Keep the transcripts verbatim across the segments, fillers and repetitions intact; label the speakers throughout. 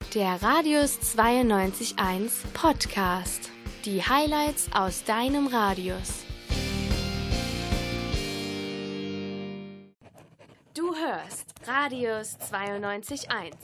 Speaker 1: Der Radius zweiundneunzig Komma eins Podcast. Die Highlights aus deinem Radius. Du hörst Radius zweiundneunzig Komma eins.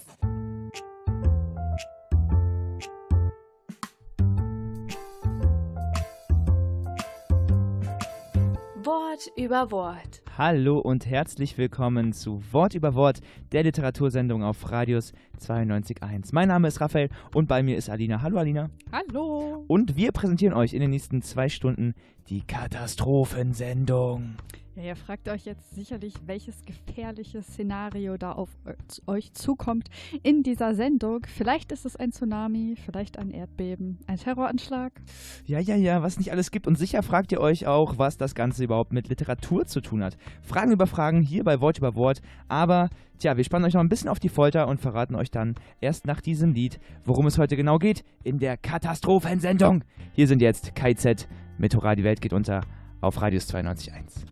Speaker 1: Wort über Wort.
Speaker 2: Hallo und herzlich willkommen zu Wort über Wort, der Literatursendung auf Radius zweiundneunzig Komma eins. Mein Name ist Raphael und bei mir ist Alina. Hallo Alina.
Speaker 3: Hallo.
Speaker 2: Und wir präsentieren euch in den nächsten zwei Stunden die Katastrophensendung.
Speaker 3: Ja, ihr fragt euch jetzt sicherlich, welches gefährliche Szenario da auf euch zukommt in dieser Sendung. Vielleicht ist es ein Tsunami, vielleicht ein Erdbeben, ein Terroranschlag.
Speaker 2: Ja, ja, ja, was nicht alles gibt. Und sicher fragt ihr euch auch, was das Ganze überhaupt mit Literatur zu tun hat. Fragen über Fragen hier bei Wort über Wort. Aber, tja, wir spannen euch noch ein bisschen auf die Folter und verraten euch dann erst nach diesem Lied, worum es heute genau geht, in der Katastrophensendung. Hier sind jetzt K Z mit Hurra, die Welt geht unter auf Radius zweiundneunzig Komma eins.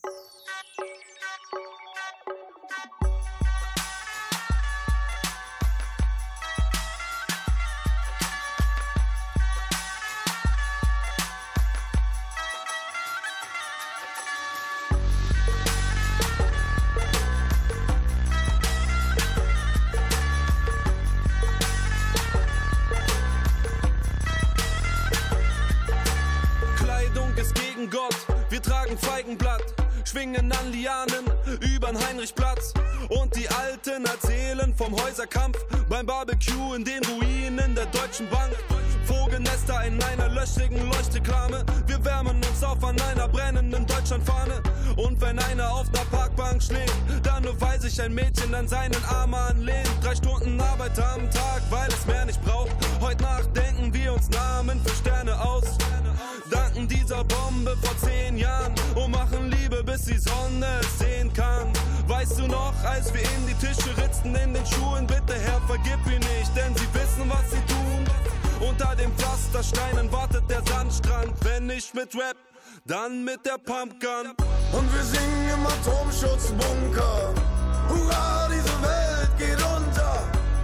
Speaker 4: Feigenblatt, schwingen an Lianen übern Heinrichplatz und die Alten erzählen vom Häuserkampf beim Barbecue in den Ruinen der Deutschen Bank. Vogelnester in einer löchrigen Leuchtreklame, wir wärmen uns auf an einer brennenden Deutschlandfahne. Und wenn einer auf der Parkbank schläft, dann nur weil sich ein Mädchen an seinen Arm anlehnt. Drei Stunden Arbeit am Tag, weil es mehr nicht braucht. Heute Nacht denken wir uns Namen für Sterne aus. Danken dieser Bombe vor zehn Jahren und machen Liebe, bis die Sonne es sehen kann. Weißt du noch, als wir in die Tische ritzten in den Schuhen? Bitte Herr, vergib ihn nicht, denn sie wissen, was sie tun. Unter den Pflastersteinen wartet der Sandstrand. Wenn nicht mit Rap, dann mit der Pumpgun.
Speaker 5: Und wir singen im Atomschutzbunker. Hurra, diese Welt geht unter.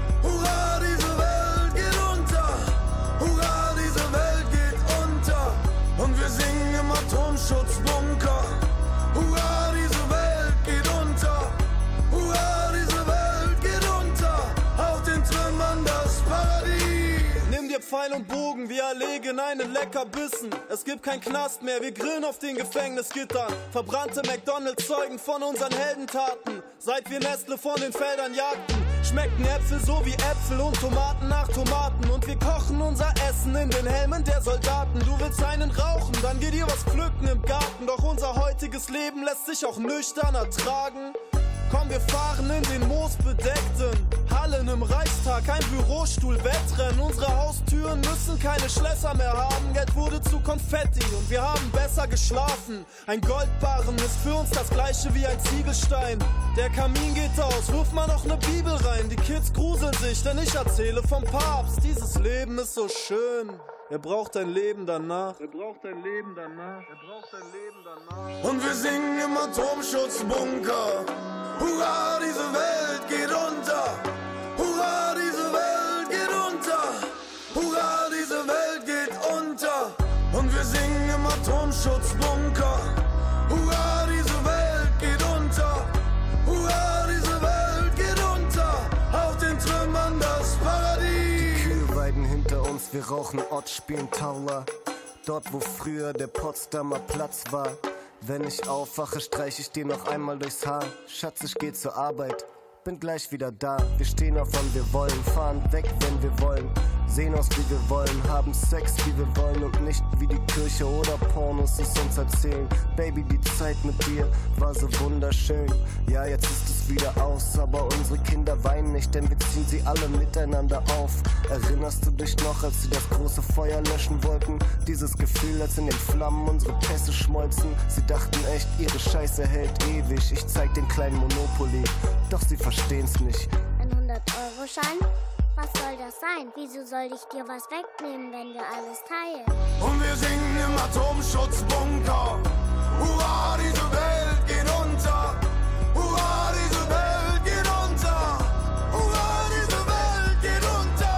Speaker 5: Hurra, diese Welt geht unter. Hurra, diese Welt geht unter. Und wir singen im Atomschutzbunker. Hurra, diese Welt geht unter. Hurra, diese Welt geht unter. Auf den Trümmern das Paradies.
Speaker 4: Nimm dir Pfeil und Bogen, wir erlegen einen Leckerbissen. Es gibt kein Knast mehr, wir grillen auf den Gefängnisgittern. Verbrannte McDonalds zeugen von unseren Heldentaten. Seit wir Nestle von den Feldern jagten, schmecken Äpfel so wie Äpfel und Tomaten nach Tomaten. Und wir kochen unser Essen in den Helmen der Soldaten. Du willst einen rauchen, dann geh dir was pflücken im Garten. Doch unser heutiges Leben lässt sich auch nüchtern ertragen. Komm, wir fahren in den moosbedeckten Hallen im Reichstag, ein Bürostuhl, Wettrennen. Unsere Haustüren müssen keine Schlösser mehr haben. Geld wurde zu Konfetti und wir haben besser geschlafen. Ein Goldbarren ist für uns das gleiche wie ein Ziegelstein. Der Kamin geht aus, wirf mal noch ne Bibel rein. Die Kids gruseln sich, denn ich erzähle vom Papst. Dieses Leben ist so schön. Er braucht ein Leben danach. Er braucht ein Leben danach. Er braucht ein Leben danach.
Speaker 5: Und wir singen im Atomschutzbunker. Hurra, diese Welt geht unter. Hurra, diese Welt geht unter. Hurra, diese Welt geht unter. Und wir singen im Atomschutzbunker. Hurra, diese Welt geht unter. Hurra, diese Welt geht unter. Auf den Trümmern das Paradies.
Speaker 6: Kühlweiden hinter uns, wir rauchen Ott, spielen Taula. Dort, wo früher der Potsdamer Platz war. Wenn ich aufwache, streich ich dir noch einmal durchs Haar. Schatz, ich geh zur Arbeit, bin gleich wieder da. Wir stehen auf, wann wir wollen, fahren weg, wenn wir wollen. Sehen aus, wie wir wollen, haben Sex, wie wir wollen. Und nicht wie die Kirche oder Pornos es uns erzählen. Baby, die Zeit mit dir war so wunderschön. Ja, jetzt ist es wieder aus, aber unsere Kinder weinen nicht, denn wir ziehen sie alle miteinander auf. Erinnerst du dich noch, als sie das große Feuer löschen wollten? Dieses Gefühl, als in den Flammen unsere Pässe schmolzen. Sie dachten echt, ihre Scheiße hält ewig. Ich zeig den kleinen Monopoly, doch sie verstehen's nicht.
Speaker 7: Ein hundert-Euro-Schein? Was soll das sein? Wieso soll ich dir was wegnehmen, wenn wir alles teilen?
Speaker 5: Und wir singen im Atomschutzbunker. Hurra, diese Welt geht unter. Hurra, diese Welt geht unter. Hurra, diese Welt geht unter.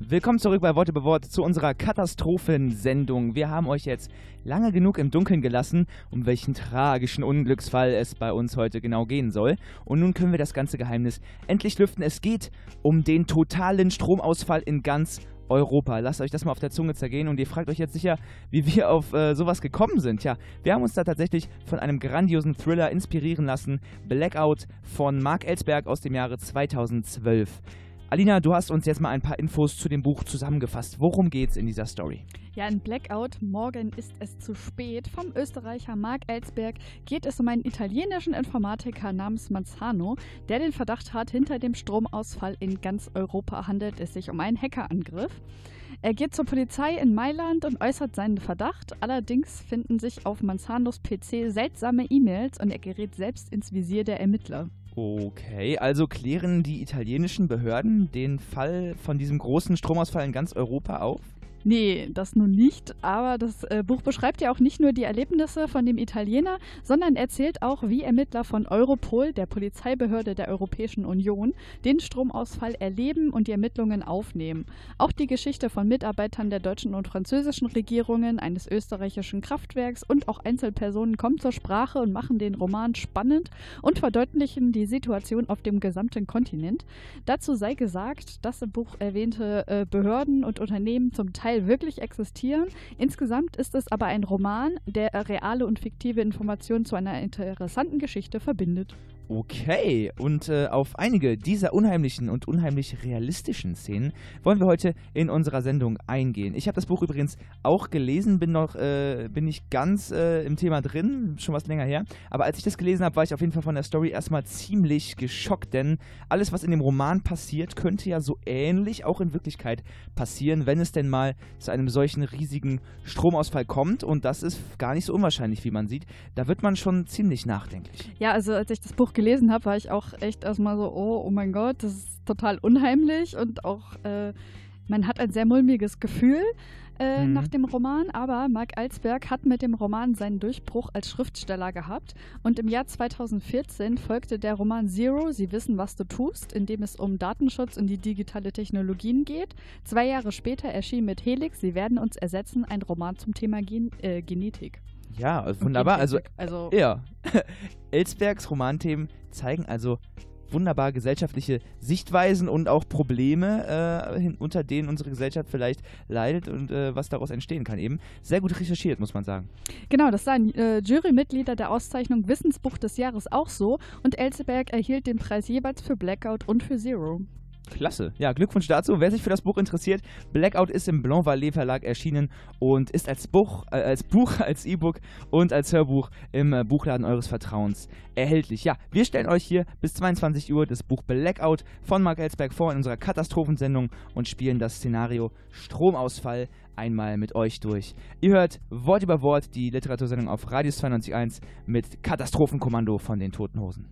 Speaker 2: Willkommen zurück bei Wort über Wort zu unserer Katastrophensendung. Wir haben euch jetzt lange genug im Dunkeln gelassen, um welchen tragischen Unglücksfall es bei uns heute genau gehen soll. Und nun können wir das ganze Geheimnis endlich lüften. Es geht um den totalen Stromausfall in ganz Europa. Lasst euch das mal auf der Zunge zergehen und ihr fragt euch jetzt sicher, wie wir auf äh, sowas gekommen sind. Ja, wir haben uns da tatsächlich von einem grandiosen Thriller inspirieren lassen. Blackout von Mark Ellsberg aus dem Jahre zweitausendzwölf. Alina, du hast uns jetzt mal ein paar Infos zu dem Buch zusammengefasst. Worum geht's in dieser Story?
Speaker 3: Ja, in Blackout, morgen ist es zu spät, vom Österreicher Mark Ellsberg geht es um einen italienischen Informatiker namens Manzano, der den Verdacht hat, hinter dem Stromausfall in ganz Europa handelt es sich um einen Hackerangriff. Er geht zur Polizei in Mailand und äußert seinen Verdacht. Allerdings finden sich auf Manzanos P C seltsame E-Mails und er gerät selbst ins Visier der Ermittler.
Speaker 2: Okay, also klären die italienischen Behörden den Fall von diesem großen Stromausfall in ganz Europa auf?
Speaker 3: Nee, das nun nicht, aber das äh, Buch beschreibt ja auch nicht nur die Erlebnisse von dem Italiener, sondern erzählt auch, wie Ermittler von Europol, der Polizeibehörde der Europäischen Union, den Stromausfall erleben und die Ermittlungen aufnehmen. Auch die Geschichte von Mitarbeitern der deutschen und französischen Regierungen, eines österreichischen Kraftwerks und auch Einzelpersonen kommen zur Sprache und machen den Roman spannend und verdeutlichen die Situation auf dem gesamten Kontinent. Dazu sei gesagt, dass im Buch erwähnte äh, Behörden und Unternehmen zum Teil wirklich existieren. Insgesamt ist es aber ein Roman, der reale und fiktive Informationen zu einer interessanten Geschichte verbindet.
Speaker 2: Okay, und äh, auf einige dieser unheimlichen und unheimlich realistischen Szenen wollen wir heute in unserer Sendung eingehen. Ich habe das Buch übrigens auch gelesen, bin noch äh, bin nicht ganz äh, im Thema drin, schon was länger her. Aber als ich das gelesen habe, war ich auf jeden Fall von der Story erstmal ziemlich geschockt, denn alles, was in dem Roman passiert, könnte ja so ähnlich auch in Wirklichkeit passieren, wenn es denn mal zu einem solchen riesigen Stromausfall kommt. Und das ist gar nicht so unwahrscheinlich, wie man sieht. Da wird man schon ziemlich nachdenklich.
Speaker 3: Ja, also als ich das Buch gelesen habe, war ich auch echt erstmal so, oh, oh mein Gott, das ist total unheimlich und auch, äh, man hat ein sehr mulmiges Gefühl äh, mhm. nach dem Roman, aber Mark Ellsberg hat mit dem Roman seinen Durchbruch als Schriftsteller gehabt und im Jahr zweitausendvierzehn folgte der Roman Zero, Sie wissen, was du tust, in dem es um Datenschutz und die digitale Technologien geht. Zwei Jahre später erschien mit Helix, Sie werden uns ersetzen, ein Roman zum Thema Gen- äh, Genetik.
Speaker 2: Ja, wunderbar. Also,
Speaker 3: also
Speaker 2: ja. Ellsbergs Romanthemen zeigen also wunderbar gesellschaftliche Sichtweisen und auch Probleme, äh, unter denen unsere Gesellschaft vielleicht leidet und äh, was daraus entstehen kann eben. Sehr gut recherchiert, muss man sagen.
Speaker 3: Genau, das sahen äh, Jurymitglieder der Auszeichnung Wissensbuch des Jahres auch so und Ellsberg erhielt den Preis jeweils für Blackout und für Zero.
Speaker 2: Klasse. Ja, Glückwunsch dazu. Wer sich für das Buch interessiert, Blackout ist im Blanc Vallée Verlag erschienen und ist als Buch, äh, als Buch, als E-Book und als Hörbuch im äh, Buchladen eures Vertrauens erhältlich. Ja, wir stellen euch hier bis zweiundzwanzig Uhr das Buch Blackout von Mark Ellsberg vor in unserer Katastrophensendung und spielen das Szenario Stromausfall einmal mit euch durch. Ihr hört Wort über Wort die Literatursendung auf Radius zweiundneunzig Komma eins mit Katastrophenkommando von den Toten Hosen.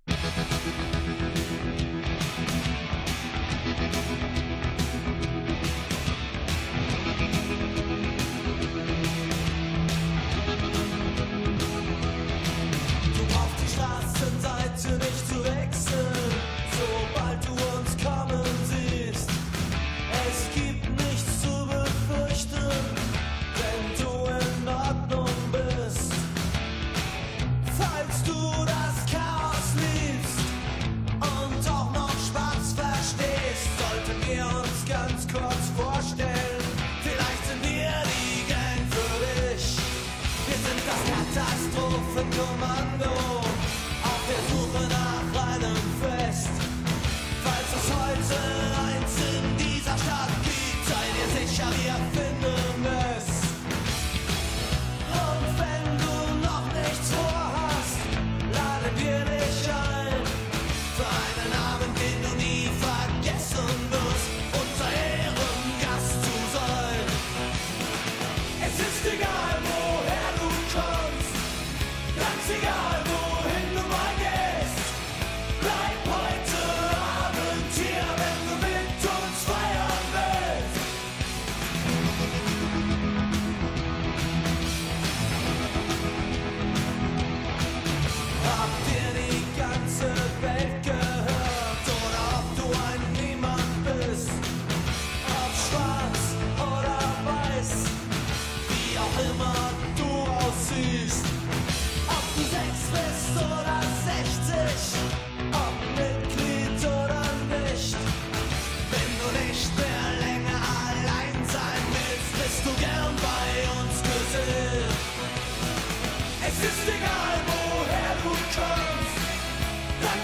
Speaker 5: Nicht zu wechseln, sobald du uns kommen siehst. Es gibt nichts zu befürchten, wenn du in Ordnung bist. Falls du das Chaos liebst,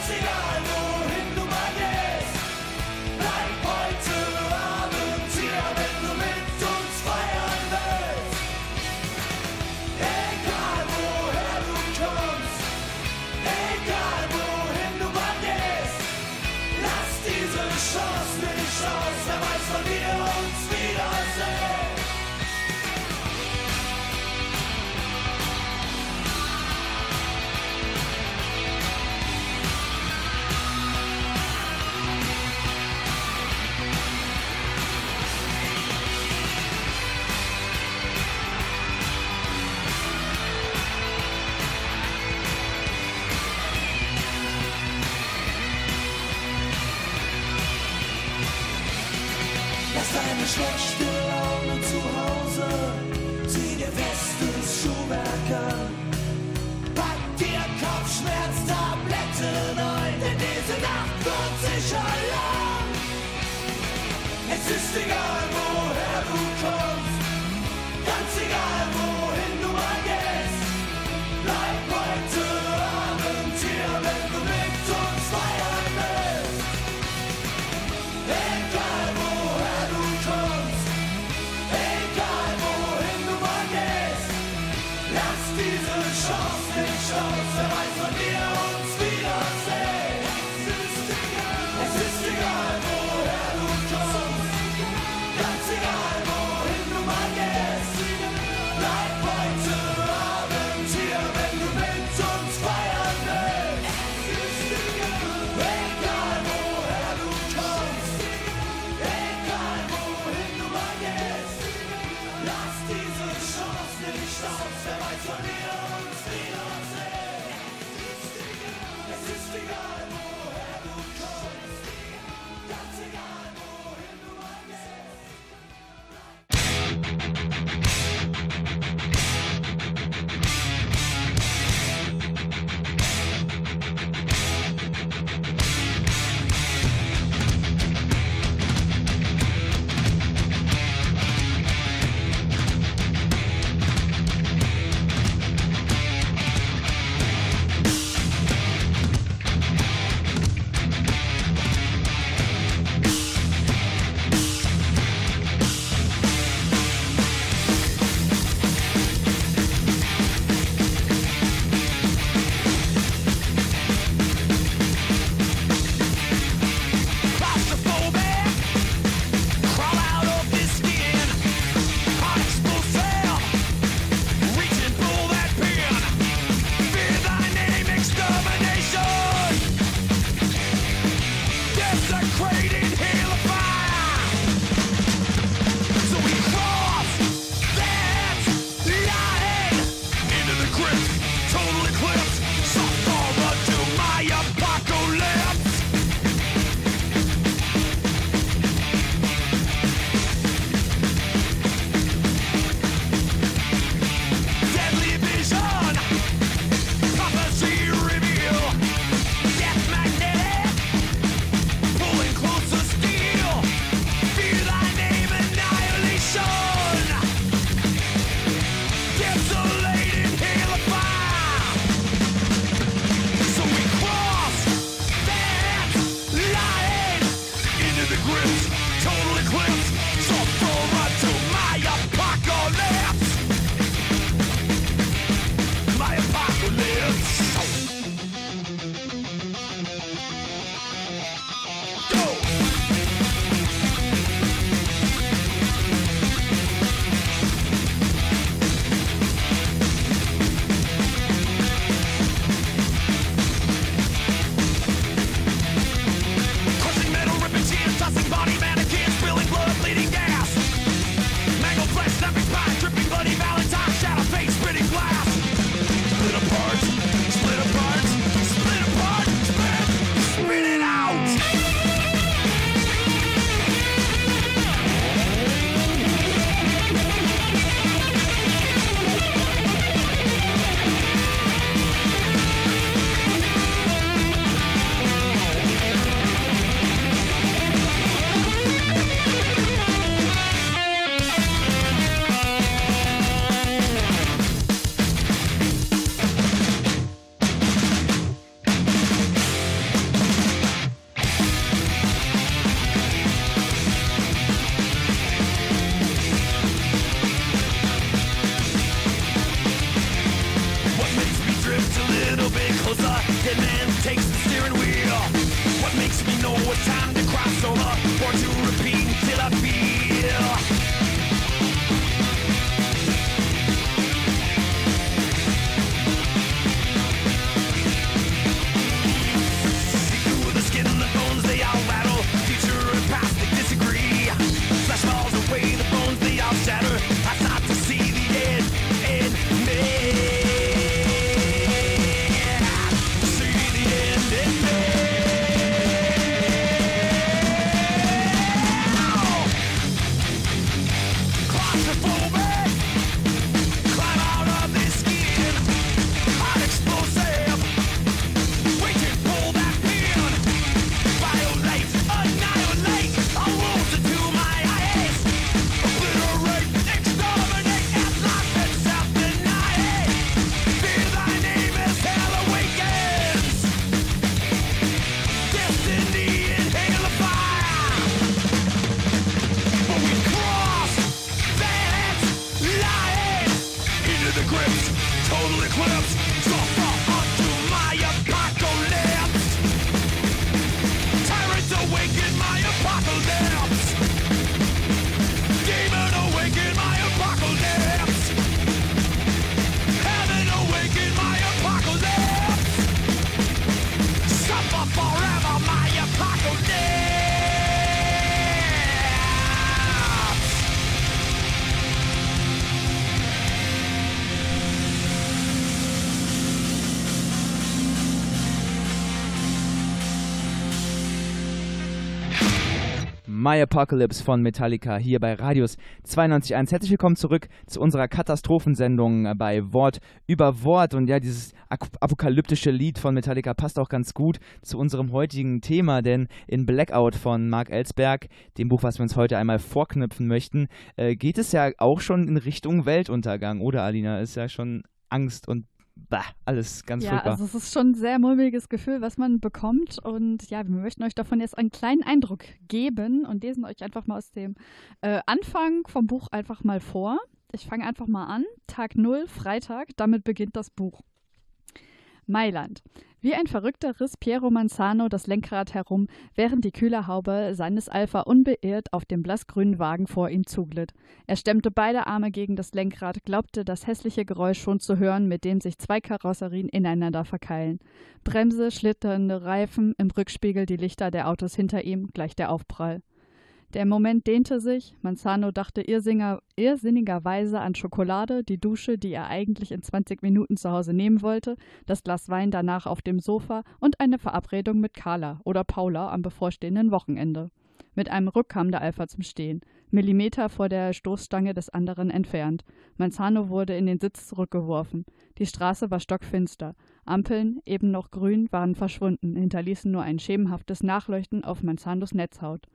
Speaker 5: Ganz egal, wohin du mal gehst, bleib heute Abend hier, wenn du mit uns feiern willst. Egal, woher du kommst, egal, wohin du mal gehst, lass diese Chance nicht aus, wer weiß, wann wir uns wiedersehen. Lass deine schlechte Laune zu Hause, zieh dir festes Schuhwerk an, pack dir Kopfschmerztabletten ein, denn diese Nacht wird sicher lang. Es ist egal, woher du kommst, ganz egal, wohin du mal gehst, bleib heute Abend hier, wenn du mit uns feiern willst. Egal, woher du kommst, egal, wohin du mal gehst, lass diese Chance nicht aus, wer weiß, wann wir uns wiedersehen. Es ist egal, es ist
Speaker 8: makes me know it's time to cross over or to repeat until I feel. See through the skin and the bones, they all rattle. Future and past, they disagree. Flesh falls away, the bones, they all shatter. I start to see the end in me. See the end in me. Claustrophobic, climb out of this skin. Hot explosive, wait to pull that pin. Violate, annihilate, all rules into my eyes. Obliterate, exterminate, and life and self-denying. Fear thy name as hell awakens. Destiny, inhale the fire. But we cross that line into the grips, total eclipse. Suffer unto my apocalypse. Tyrants awaken my apocalypse. Demon awaken my apocalypse. Heaven awaken my apocalypse. Suffer forever my apocalypse.
Speaker 2: My Apocalypse von Metallica hier bei Radius zweiundneunzig Komma eins. Herzlich willkommen zurück zu unserer Katastrophensendung bei Wort über Wort. Und ja, dieses apokalyptische Lied von Metallica passt auch ganz gut zu unserem heutigen Thema, denn in Blackout von Mark Ellsberg, dem Buch, was wir uns heute einmal vorknüpfen möchten, äh, geht es ja auch schon in Richtung Weltuntergang, oder Alina? Ist ja schon Angst und bah, alles ganz
Speaker 3: ja,
Speaker 2: furchtbar.
Speaker 3: Also es ist schon ein sehr mulmiges Gefühl, was man bekommt. Und ja, wir möchten euch davon jetzt einen kleinen Eindruck geben und lesen euch einfach mal aus dem äh, Anfang vom Buch einfach mal vor. Ich fange einfach mal an. Tag null, Freitag, damit beginnt das Buch. Mailand. Wie ein Verrückter riss Piero Manzano das Lenkrad herum, während die Kühlerhaube seines Alpha unbeirrt auf dem blassgrünen Wagen vor ihm zuglitt. Er stemmte beide Arme gegen das Lenkrad, glaubte das hässliche Geräusch schon zu hören, mit dem sich zwei Karosserien ineinander verkeilen. Bremse, schlitternde Reifen, im Rückspiegel die Lichter der Autos hinter ihm, gleich der Aufprall. Der Moment dehnte sich. Manzano dachte irrsinniger, irrsinnigerweise an Schokolade, die Dusche, die er eigentlich in zwanzig Minuten zu Hause nehmen wollte, das Glas Wein danach auf dem Sofa und eine Verabredung mit Carla oder Paula am bevorstehenden Wochenende. Mit einem Ruck kam der Alpha zum Stehen, Millimeter vor der Stoßstange des anderen entfernt. Manzano wurde in den Sitz zurückgeworfen. Die Straße war stockfinster. Ampeln, eben noch grün, waren verschwunden, hinterließen nur ein schemenhaftes Nachleuchten auf Manzanos Netzhaut.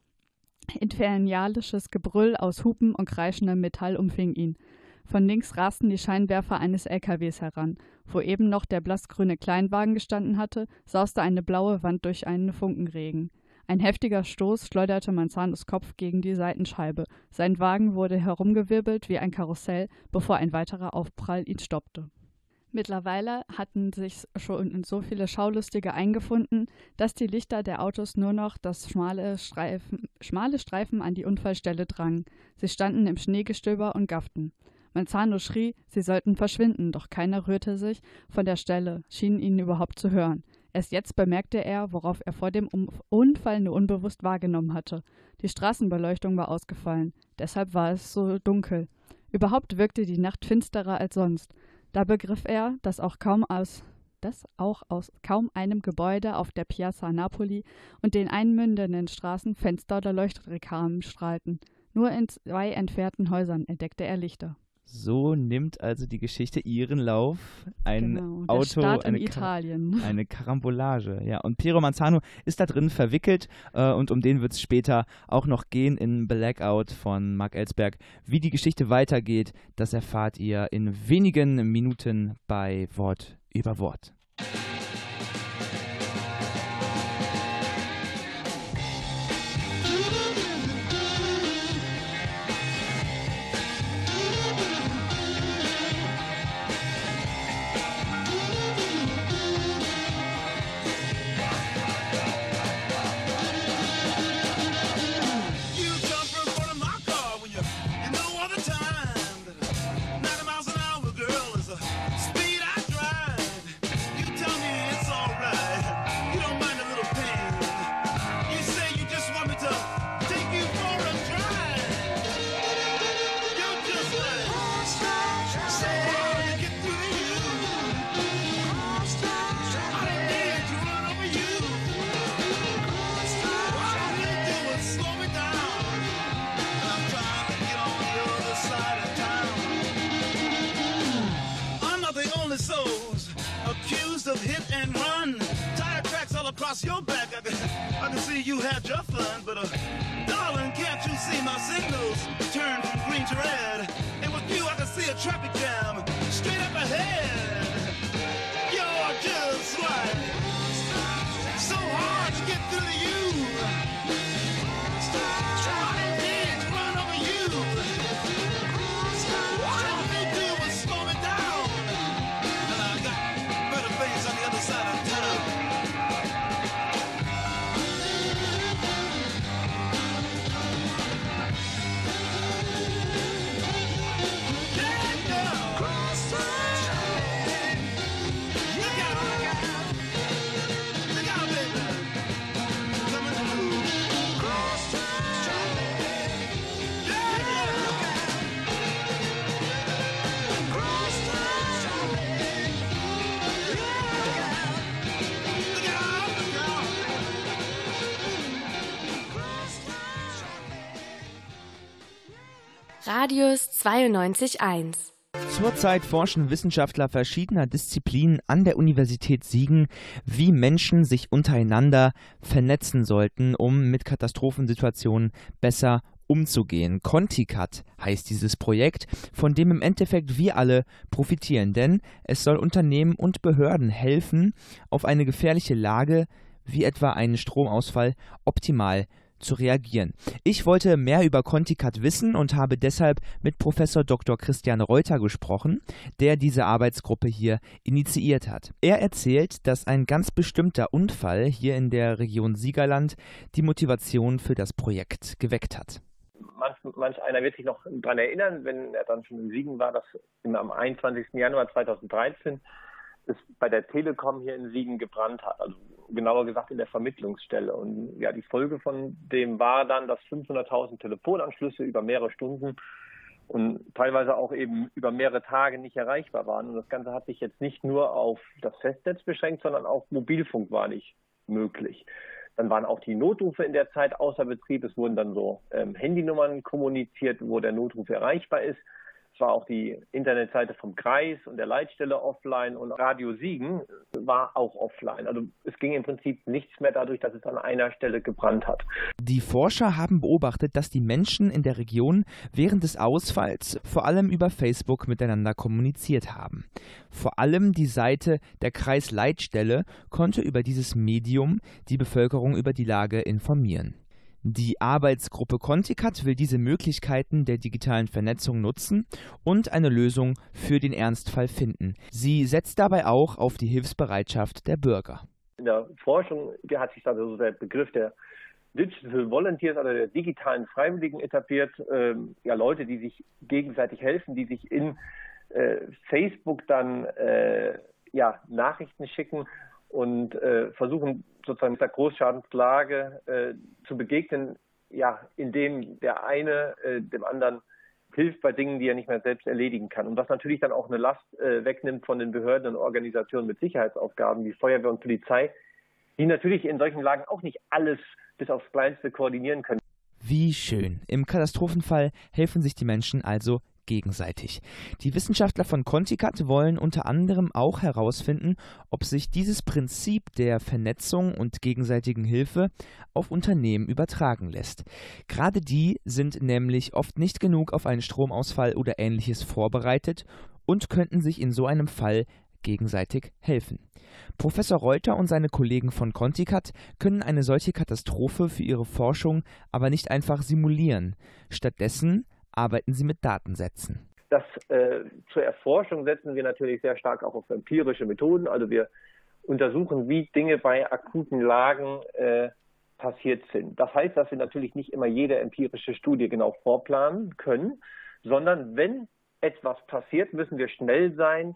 Speaker 3: Infernalisches Gebrüll aus Hupen und kreischendem Metall umfing ihn. Von links rasten die Scheinwerfer eines L K Ws heran. Wo eben noch der blassgrüne Kleinwagen gestanden hatte, sauste eine blaue Wand durch einen Funkenregen. Ein heftiger Stoß schleuderte Manzanos Kopf gegen die Seitenscheibe. Sein Wagen wurde herumgewirbelt wie ein Karussell, bevor ein weiterer Aufprall ihn stoppte. Mittlerweile hatten sich schon so viele Schaulustige eingefunden, dass die Lichter der Autos nur noch das schmale Streifen, schmale Streifen an die Unfallstelle drangen. Sie standen im Schneegestöber und gafften. Manzano schrie, sie sollten verschwinden, doch keiner rührte sich von der Stelle, schien ihn überhaupt zu hören. Erst jetzt bemerkte er, worauf er vor dem Unfall nur unbewusst wahrgenommen hatte. Die Straßenbeleuchtung war ausgefallen, deshalb war es so dunkel. Überhaupt wirkte die Nacht finsterer als sonst. Da begriff er, dass auch kaum aus, dass auch aus kaum einem Gebäude auf der Piazza Napoli und den einmündenden Straßen Fenster oder Leuchtreklamen strahlten. Nur in zwei entfernten Häusern entdeckte er Lichter.
Speaker 2: So nimmt also die Geschichte ihren Lauf. Ein
Speaker 3: genau, der
Speaker 2: Auto,
Speaker 3: Start in
Speaker 2: eine,
Speaker 3: Italien.
Speaker 2: eine Karambolage. Ja, und Piero Manzano ist da drin verwickelt äh, und um den wird es später auch noch gehen in Blackout von Mark Ellsberg. Wie die Geschichte weitergeht, das erfahrt ihr in wenigen Minuten bei Wort über Wort.
Speaker 5: across your back. I can, I can see you had your fun, but uh, darling, can't you see my signals turn from green to red? And with you, I can see a traffic jam straight up ahead. You're just like so hard to get through to you. I can't run over you. All you do is slow me down, and I got better things on the other side of town.
Speaker 1: Radius zweiundneunzig Komma eins.
Speaker 2: Zurzeit forschen Wissenschaftler verschiedener Disziplinen an der Universität Siegen, wie Menschen sich untereinander vernetzen sollten, um mit Katastrophensituationen besser umzugehen. Conticat heißt dieses Projekt, von dem im Endeffekt wir alle profitieren, denn es soll Unternehmen und Behörden helfen, auf eine gefährliche Lage, wie etwa einen Stromausfall, optimal zu reagieren. Ich wollte mehr über Conticat wissen und habe deshalb mit Professor Doktor Christian Reuter gesprochen, der diese Arbeitsgruppe hier initiiert hat. Er erzählt, dass ein ganz bestimmter Unfall hier in der Region Siegerland die Motivation für das Projekt geweckt hat.
Speaker 9: Manch, manch einer wird sich noch daran erinnern, wenn er dann schon in Siegen war, dass am einundzwanzigsten Januar zweitausenddreizehn es bei der Telekom hier in Siegen gebrannt hat, also genauer gesagt in der Vermittlungsstelle. Und ja, die Folge von dem war dann, dass fünfhunderttausend Telefonanschlüsse über mehrere Stunden und teilweise auch eben über mehrere Tage nicht erreichbar waren. Und das Ganze hat sich jetzt nicht nur auf das Festnetz beschränkt, sondern auch Mobilfunk war nicht möglich. Dann waren auch die Notrufe in der Zeit außer Betrieb. Es wurden dann so ähm, Handynummern kommuniziert, wo der Notruf erreichbar ist. Es war auch die Internetseite vom Kreis und der Leitstelle offline und Radio Siegen war auch offline. Also es ging im Prinzip nichts mehr dadurch, dass es an einer Stelle gebrannt hat.
Speaker 2: Die Forscher haben beobachtet, dass die Menschen in der Region während des Ausfalls vor allem über Facebook miteinander kommuniziert haben. Vor allem die Seite der Kreisleitstelle konnte über dieses Medium die Bevölkerung über die Lage informieren. Die Arbeitsgruppe Conticat will diese Möglichkeiten der digitalen Vernetzung nutzen und eine Lösung für den Ernstfall finden. Sie setzt dabei auch auf die Hilfsbereitschaft der Bürger.
Speaker 9: In der Forschung hat sich also der Begriff der Digital Volunteers, also der digitalen Freiwilligen etabliert. Ähm, ja, Leute, die sich gegenseitig helfen, die sich in äh, Facebook dann äh, ja, Nachrichten schicken und äh, versuchen sozusagen mit der Großschadenslage äh, zu begegnen, ja, indem der eine äh, dem anderen hilft bei Dingen, die er nicht mehr selbst erledigen kann. Und was natürlich dann auch eine Last äh, wegnimmt von den Behörden und Organisationen mit Sicherheitsaufgaben wie Feuerwehr und Polizei, die natürlich in solchen Lagen auch nicht alles bis aufs Kleinste koordinieren können.
Speaker 2: Wie schön. Im Katastrophenfall helfen sich die Menschen also gegenseitig. Die Wissenschaftler von Conticat wollen unter anderem auch herausfinden, ob sich dieses Prinzip der Vernetzung und gegenseitigen Hilfe auf Unternehmen übertragen lässt. Gerade die sind nämlich oft nicht genug auf einen Stromausfall oder Ähnliches vorbereitet und könnten sich in so einem Fall gegenseitig helfen. Professor Reuter und seine Kollegen von Conticat können eine solche Katastrophe für ihre Forschung aber nicht einfach simulieren. Stattdessen arbeiten sie mit Datensätzen.
Speaker 9: Das äh, zur Erforschung setzen wir natürlich sehr stark auch auf empirische Methoden. Also wir untersuchen, wie Dinge bei akuten Lagen äh, passiert sind. Das heißt, dass wir natürlich nicht immer jede empirische Studie genau vorplanen können, sondern wenn etwas passiert, müssen wir schnell sein,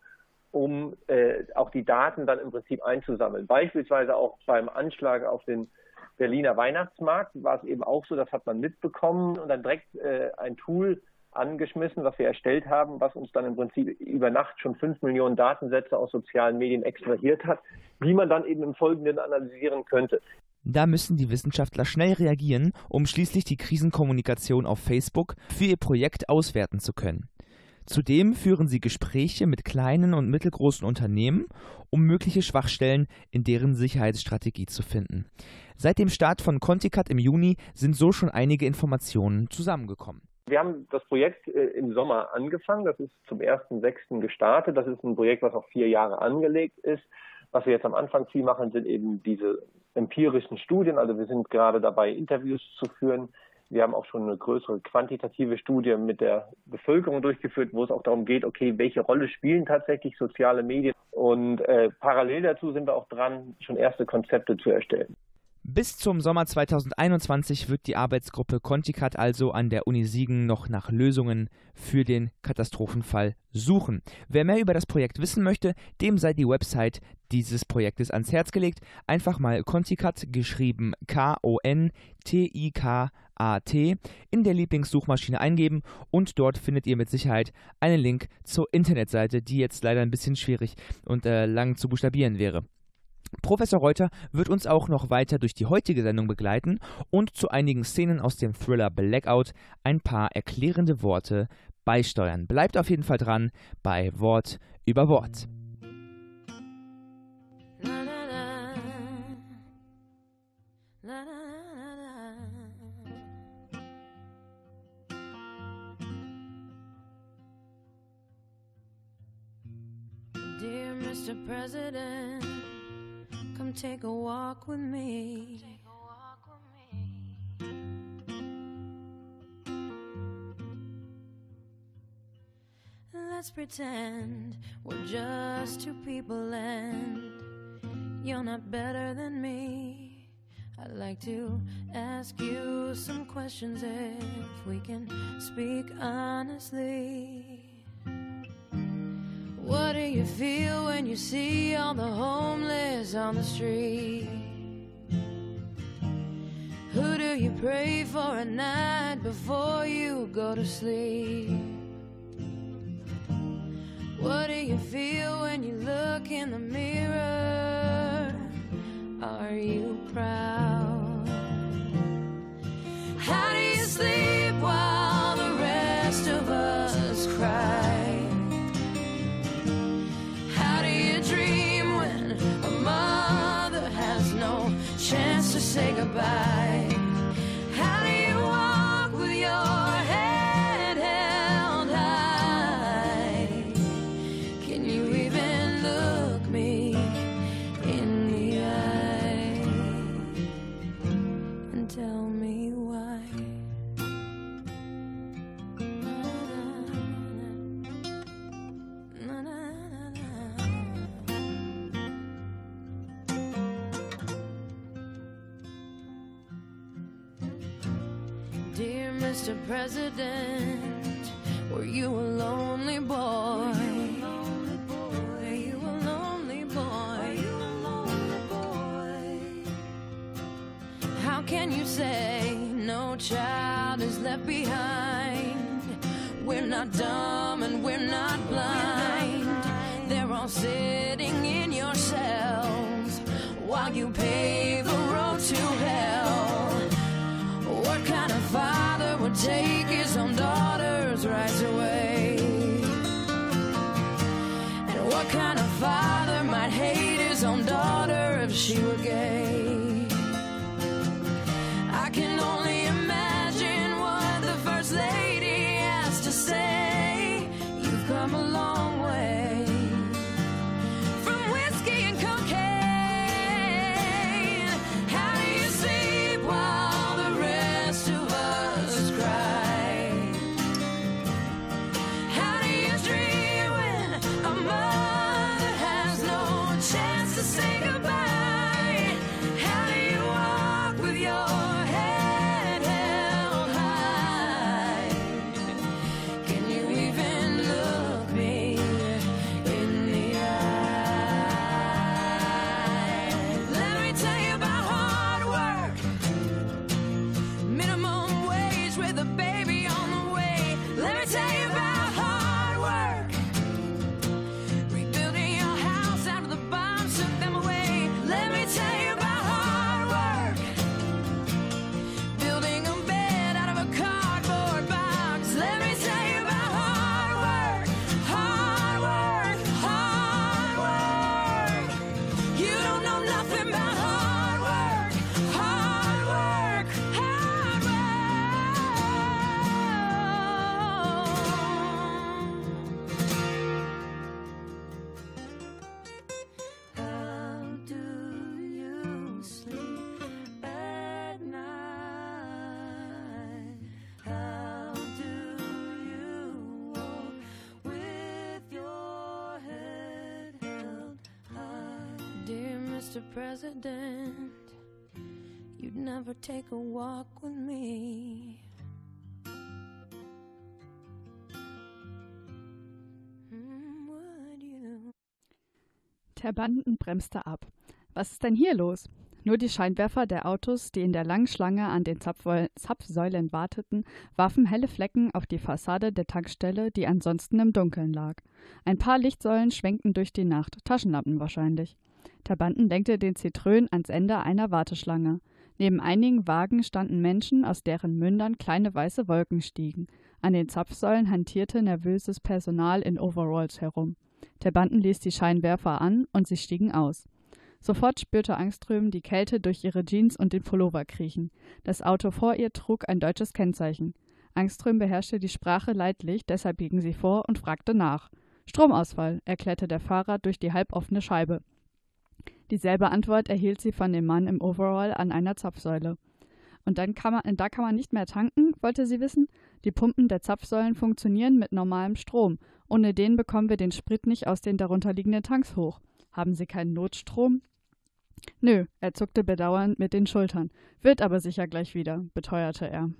Speaker 9: um äh, auch die Daten dann im Prinzip einzusammeln. Beispielsweise auch beim Anschlag auf den Berliner Weihnachtsmarkt war es eben auch so, das hat man mitbekommen und dann direkt äh, ein Tool angeschmissen, was wir erstellt haben, was uns dann im Prinzip über Nacht schon fünf Millionen Datensätze aus sozialen Medien extrahiert hat, die man dann eben im Folgenden analysieren könnte.
Speaker 2: Da müssen die Wissenschaftler schnell reagieren, um schließlich die Krisenkommunikation auf Facebook für ihr Projekt auswerten zu können. Zudem führen sie Gespräche mit kleinen und mittelgroßen Unternehmen, um mögliche Schwachstellen in deren Sicherheitsstrategie zu finden. Seit dem Start von Conticat im Juni sind so schon einige Informationen zusammengekommen.
Speaker 9: Wir haben das Projekt äh, im Sommer angefangen. Das ist zum ersten sechsten gestartet. Das ist ein Projekt, was auf vier Jahre angelegt ist. Was wir jetzt am Anfang viel machen, sind eben diese empirischen Studien. Also wir sind gerade dabei, Interviews zu führen. Wir haben auch schon eine größere quantitative Studie mit der Bevölkerung durchgeführt, wo es auch darum geht, okay, welche Rolle spielen tatsächlich soziale Medien? Und äh, parallel dazu sind wir auch dran, schon erste Konzepte zu erstellen.
Speaker 2: Bis zum Sommer zweitausendeinundzwanzig wird die Arbeitsgruppe Conticat also an der Uni Siegen noch nach Lösungen für den Katastrophenfall suchen. Wer mehr über das Projekt wissen möchte, dem sei die Website dieses Projektes ans Herz gelegt. Einfach mal Conticat, geschrieben K O N T I K A T, in der Lieblingssuchmaschine eingeben und dort findet ihr mit Sicherheit einen Link zur Internetseite, die jetzt leider ein bisschen schwierig und äh, lang zu buchstabieren wäre. Professor Reuter wird uns auch noch weiter durch die heutige Sendung begleiten und zu einigen Szenen aus dem Thriller Blackout ein paar erklärende Worte beisteuern. Bleibt auf jeden Fall dran bei Wort über Wort.
Speaker 10: Dear Mister President, come take a walk with me. Let's pretend we're just two people and you're not better than me. I'd like to ask you some questions if we can speak honestly. What do you feel when you see all the homeless on the street? Who do you pray for at night before you go to sleep? What do you feel when you look in the mirror? Are you proud? How do you sleep while the rest of us cry? How do you dream when a mother has no chance to say goodbye? How do you walk with your head held high? Can you even look me in the eye and tell me why? Dear Mister President, were you a lonely boy? Were you a lonely boy? How can you say no child is left behind? We're not dumb and we're not blind. They're all sitting in your cells while you pave a road to hell. What kind of father would take his own daughter's rights away? And what kind of father might hate his own daughter if she were gay? I can only imagine what the First Lady has to say. You've come a long way from whiskey and cocaine. Mister President, you'd never take a walk with me. Mm, would you?
Speaker 3: Der Banden bremste ab. Was ist denn hier los? Nur die Scheinwerfer der Autos, die in der langen Schlange an den Zapfsäul- Zapfsäulen warteten, warfen helle Flecken auf die Fassade der Tankstelle, die ansonsten im Dunkeln lag. Ein paar Lichtsäulen schwenkten durch die Nacht, Taschenlampen wahrscheinlich. Der Banden lenkte den Citroën ans Ende einer Warteschlange. Neben einigen Wagen standen Menschen, aus deren Mündern kleine weiße Wolken stiegen. An den Zapfsäulen hantierte nervöses Personal in Overalls herum. Der Banden ließ die Scheinwerfer an und sie stiegen aus. Sofort spürte Angström die Kälte durch ihre Jeans und den Pullover kriechen. Das Auto vor ihr trug ein deutsches Kennzeichen. Angström beherrschte die Sprache leidlich, deshalb ging sie vor und fragte nach. Stromausfall, erklärte der Fahrer durch die halboffene Scheibe. Dieselbe Antwort erhielt sie von dem Mann im Overall an einer Zapfsäule. Und dann kann man, da kann man nicht mehr tanken, wollte sie wissen. Die Pumpen der Zapfsäulen funktionieren mit normalem Strom. Ohne den bekommen wir den Sprit nicht aus den darunterliegenden Tanks hoch. Haben Sie keinen Notstrom? Nö, er zuckte bedauernd mit den Schultern. Wird aber sicher gleich wieder, beteuerte er.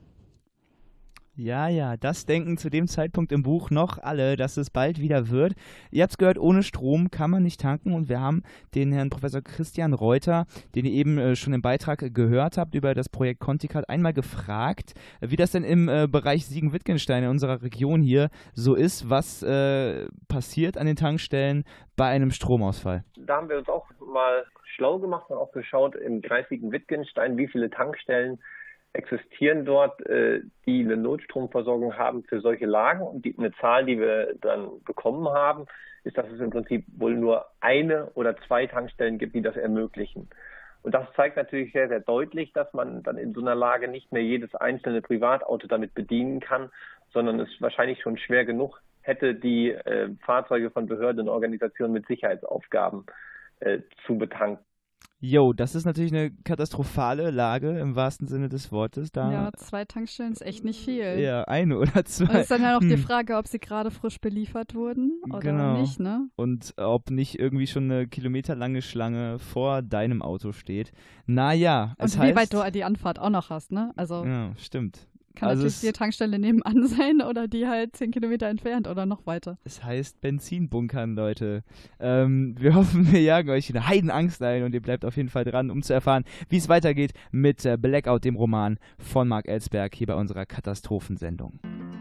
Speaker 2: Ja, ja, das denken zu dem Zeitpunkt im Buch noch alle, dass es bald wieder wird. Ihr habt's gehört, ohne Strom kann man nicht tanken und wir haben den Herrn Professor Christian Reuter, den ihr eben äh, schon im Beitrag gehört habt über das Projekt Conticard, einmal gefragt, wie das denn im äh, Bereich Siegen-Wittgenstein in unserer Region hier so ist, was äh, passiert an den Tankstellen bei einem Stromausfall.
Speaker 9: Da haben wir uns auch mal schlau gemacht und auch geschaut im Kreis Siegen-Wittgenstein, wie viele Tankstellen existieren dort, äh, die eine Notstromversorgung haben für solche Lagen. Und die, eine Zahl, die wir dann bekommen haben, ist, dass es im Prinzip wohl nur eine oder zwei Tankstellen gibt, die das ermöglichen. Und das zeigt natürlich sehr, sehr deutlich, dass man dann in so einer Lage nicht mehr jedes einzelne Privatauto damit bedienen kann, sondern es wahrscheinlich schon schwer genug hätte, die äh, Fahrzeuge von Behörden und Organisationen mit Sicherheitsaufgaben äh, zu betanken.
Speaker 2: Jo, das ist natürlich eine katastrophale Lage im wahrsten Sinne des Wortes. Da
Speaker 3: ja, zwei Tankstellen ist echt nicht viel.
Speaker 2: Ja, eine oder zwei.
Speaker 3: Und es ist dann ja noch
Speaker 2: hm.
Speaker 3: die Frage, ob sie gerade frisch beliefert wurden oder
Speaker 2: genau.
Speaker 3: nicht, ne?
Speaker 2: Und ob nicht irgendwie schon eine kilometerlange Schlange vor deinem Auto steht. Naja, es
Speaker 3: Und wie
Speaker 2: heißt,
Speaker 3: weit du die Anfahrt auch noch hast, ne? Also
Speaker 2: ja, stimmt.
Speaker 3: kann
Speaker 2: also
Speaker 3: natürlich die Tankstelle nebenan sein oder die halt zehn Kilometer entfernt oder noch weiter.
Speaker 2: Es heißt Benzinbunkern, Leute. Ähm, wir hoffen, wir jagen euch eine Heidenangst ein und ihr bleibt auf jeden Fall dran, um zu erfahren, wie es weitergeht mit äh, Blackout, dem Roman von Marc Ellsberg, hier bei unserer Katastrophensendung.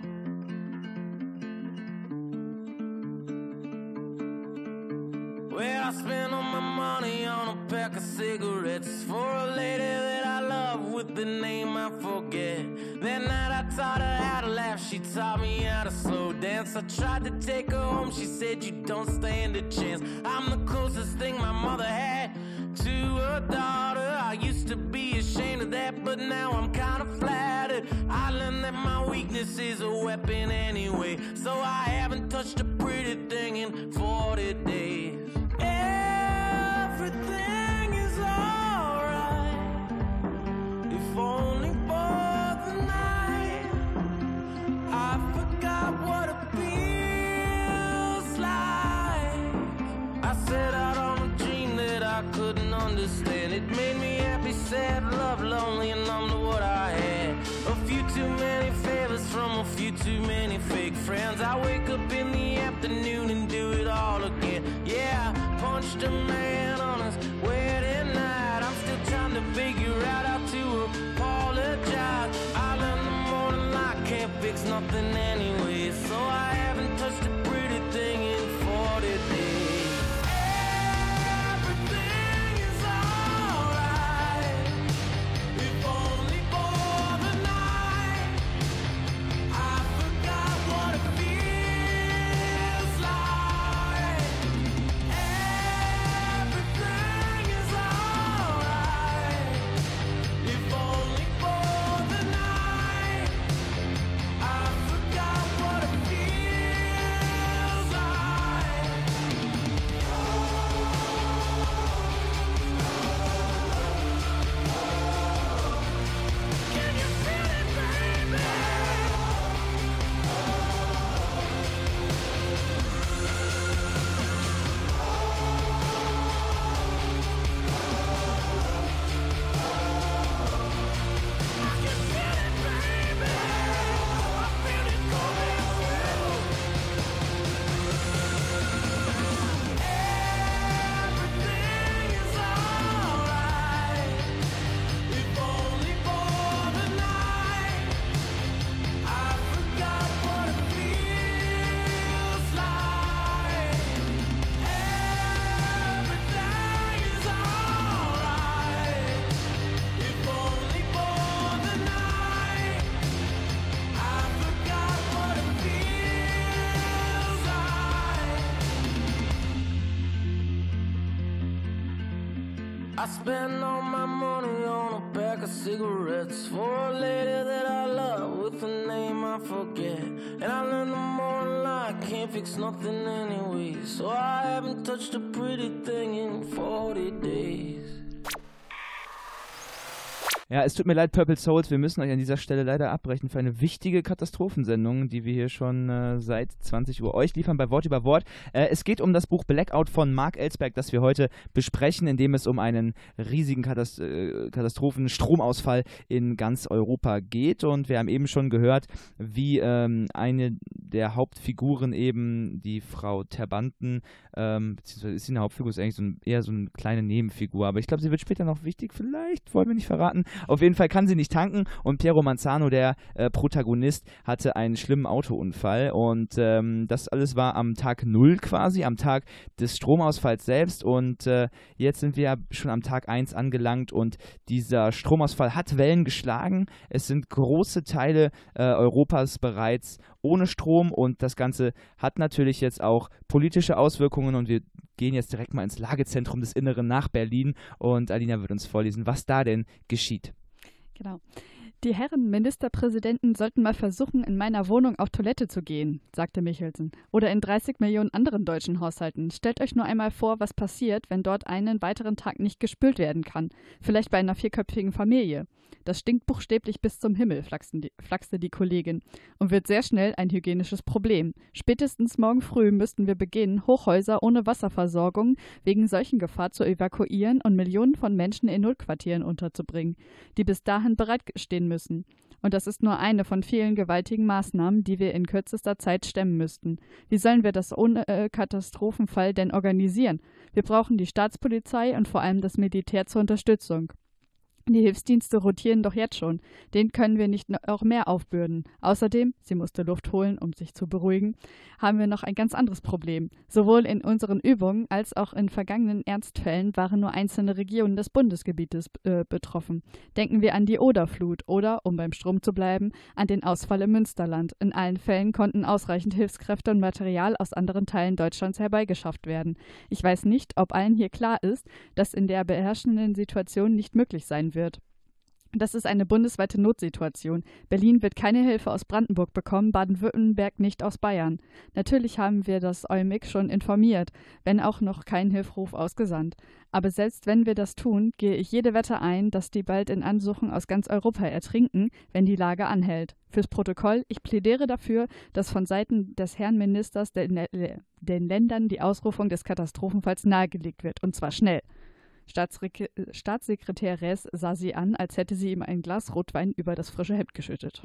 Speaker 8: Well, I spent all my money on a pack of cigarettes for a lady that I love with the name I forget. That night I taught her how to laugh, she taught me how to slow dance. I tried to take her home, she said you don't stand a chance. I'm the closest thing my mother had to her daughter. I used to be ashamed of that, but now I'm kinda flattered. I learned that my weakness is a weapon anyway, so I haven't touched a pretty thing in forty days. Everything is alright, if only for the night. I forgot what it feels like. I set out on a dream that I couldn't understand. It made me happy, sad, love, lonely, and numb to what I had. A few too many favors from a few too many fake friends. I wake up in the afternoon and do it all again. Yeah, punched a man on his wedding night. I'm still trying to figure out how to apologize. I learned the morning light can't fix nothing anyway, so I haven't touched a pretty thing in forty days. Everything is alright, if only for the night. I forgot what it feels like. Everything is alright, if only for the night. I forgot
Speaker 11: spend all my money on a pack of cigarettes for a lady that I love with a name I forget. And I learned the more I can't fix nothing anyway, so I haven't touched a pretty thing in forty days.
Speaker 2: Ja, es tut mir leid, Purple Souls, wir müssen euch an dieser Stelle leider abbrechen für eine wichtige Katastrophensendung, die wir hier schon äh, seit zwanzig Uhr euch liefern bei Wort über Wort. Äh, es geht um das Buch Blackout von Mark Ellsberg, das wir heute besprechen, in dem es um einen riesigen Katast- äh, Katastrophen-Stromausfall in ganz Europa geht. Und wir haben eben schon gehört, wie ähm, eine der Hauptfiguren eben, die Frau Terbanten, ähm, beziehungsweise ist sie eine Hauptfigur, ist eigentlich so ein, eher so eine kleine Nebenfigur, aber ich glaube, sie wird später noch wichtig, vielleicht, wollen wir nicht verraten. Auf jeden Fall kann sie nicht tanken und Piero Manzano, der äh, Protagonist, hatte einen schlimmen Autounfall und ähm, das alles war am Tag null quasi, am Tag des Stromausfalls selbst und äh, jetzt sind wir ja schon am Tag eins angelangt und dieser Stromausfall hat Wellen geschlagen. Es sind große Teile äh, Europas bereits ohne Strom und das Ganze hat natürlich jetzt auch politische Auswirkungen und wir gehen jetzt direkt mal ins Lagezentrum des Inneren nach Berlin und Alina wird uns vorlesen, was da denn geschieht.
Speaker 3: Genau. Die Herren Ministerpräsidenten sollten mal versuchen, in meiner Wohnung auf Toilette zu gehen, sagte Michelsen. Oder in dreißig Millionen anderen deutschen Haushalten. Stellt euch nur einmal vor, was passiert, wenn dort einen weiteren Tag nicht gespült werden kann. Vielleicht bei einer vierköpfigen Familie. Das stinkt buchstäblich bis zum Himmel, flachste die, flachste die Kollegin. Und wird sehr schnell ein hygienisches Problem. Spätestens morgen früh müssten wir beginnen, Hochhäuser ohne Wasserversorgung wegen Seuchengefahr zu evakuieren und Millionen von Menschen in Notquartieren unterzubringen, die bis dahin bereitstehen müssen. Und das ist nur eine von vielen gewaltigen Maßnahmen, die wir in kürzester Zeit stemmen müssten. Wie sollen wir das ohne äh, Katastrophenfall denn organisieren? Wir brauchen die Staatspolizei und vor allem das Militär zur Unterstützung. Die Hilfsdienste rotieren doch jetzt schon. Den können wir nicht noch mehr aufbürden. Außerdem, sie musste Luft holen, um sich zu beruhigen, haben wir noch ein ganz anderes Problem. Sowohl in unseren Übungen als auch in vergangenen Ernstfällen waren nur einzelne Regionen des Bundesgebietes äh, betroffen. Denken wir an die Oderflut oder, um beim Strom zu bleiben, an den Ausfall im Münsterland. In allen Fällen konnten ausreichend Hilfskräfte und Material aus anderen Teilen Deutschlands herbeigeschafft werden. Ich weiß nicht, ob allen hier klar ist, dass in der beherrschenden Situation nicht möglich sein wird. Das ist eine bundesweite Notsituation. Berlin wird keine Hilfe aus Brandenburg bekommen, Baden-Württemberg nicht aus Bayern. Natürlich haben wir das E U M I C schon informiert, wenn auch noch kein Hilferuf ausgesandt. Aber selbst wenn wir das tun, gehe ich jede Wette ein, dass die bald in Ansuchen aus ganz Europa ertrinken, wenn die Lage anhält. Fürs Protokoll, ich plädiere dafür, dass von Seiten des Herrn Ministers den, den Ländern die Ausrufung des Katastrophenfalls nahegelegt wird, und zwar schnell. Staatsre- Staatssekretär Rees sah sie an, als hätte sie ihm ein Glas Rotwein über das frische Hemd geschüttet.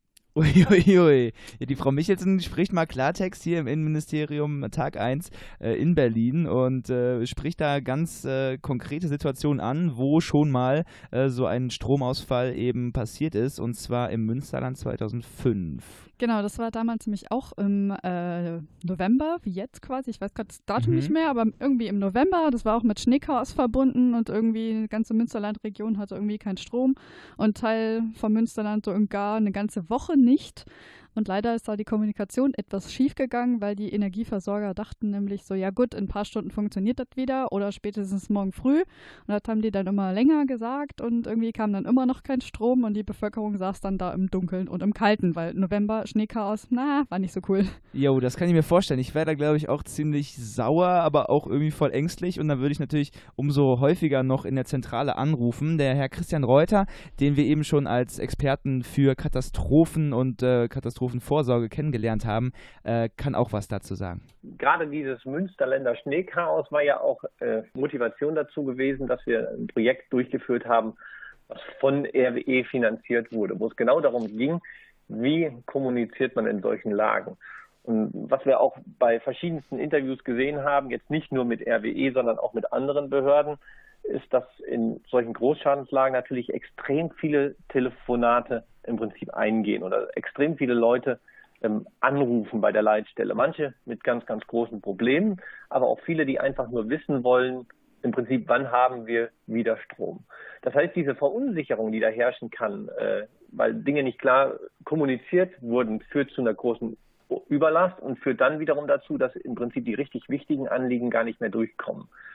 Speaker 2: Uiuiui. Ja, die Frau Michelsen spricht mal Klartext hier im Innenministerium Tag eins äh, in Berlin und äh, spricht da ganz äh, konkrete Situationen an, wo schon mal äh, so ein Stromausfall eben passiert ist, und zwar im Münsterland zweitausendfünf.
Speaker 3: Genau, das war damals nämlich auch im äh, November, wie jetzt quasi, ich weiß gerade das Datum
Speaker 2: Mhm.
Speaker 3: nicht mehr, aber irgendwie im November, das war auch mit Schneechaos verbunden und irgendwie die ganze Münsterland-Region hatte irgendwie keinen Strom und Teil vom Münsterland so im gar eine ganze Woche nicht. Und leider ist da die Kommunikation etwas schief gegangen, weil die Energieversorger dachten nämlich so, ja gut, in ein paar Stunden funktioniert das wieder oder spätestens morgen früh. Und das haben die dann immer länger gesagt und irgendwie kam dann immer noch kein Strom und die Bevölkerung saß dann da im Dunkeln und im Kalten, weil November, Schneechaos, na, war nicht so cool.
Speaker 2: Jo, das kann ich mir vorstellen. Ich wäre da, glaube ich, auch ziemlich sauer, aber auch irgendwie voll ängstlich. Und dann würde ich natürlich umso häufiger noch in der Zentrale anrufen. Der Herr Christian Reuter, den wir eben schon als Experten für Katastrophen und äh, Katastrophenvorsorge kennengelernt haben, äh, kann auch was dazu sagen.
Speaker 9: Gerade dieses Münsterländer Schneechaos war ja auch äh, Motivation dazu gewesen, dass wir ein Projekt durchgeführt haben, was von R W E finanziert wurde, wo es genau darum ging, wie kommuniziert man in solchen Lagen. Und was wir auch bei verschiedensten Interviews gesehen haben, jetzt nicht nur mit R W E, sondern auch mit anderen Behörden, ist, dass in solchen Großschadenslagen natürlich extrem viele Telefonate im Prinzip eingehen oder extrem viele Leute ähm, anrufen bei der Leitstelle. Manche mit ganz, ganz großen Problemen, aber auch viele, die einfach nur wissen wollen, im Prinzip, wann haben wir wieder Strom. Das heißt, diese Verunsicherung, die da herrschen kann, äh, weil Dinge nicht klar kommuniziert wurden, führt zu einer großen Überlast und führt dann wiederum dazu, dass im Prinzip die richtig wichtigen Anliegen gar nicht mehr durchkommen.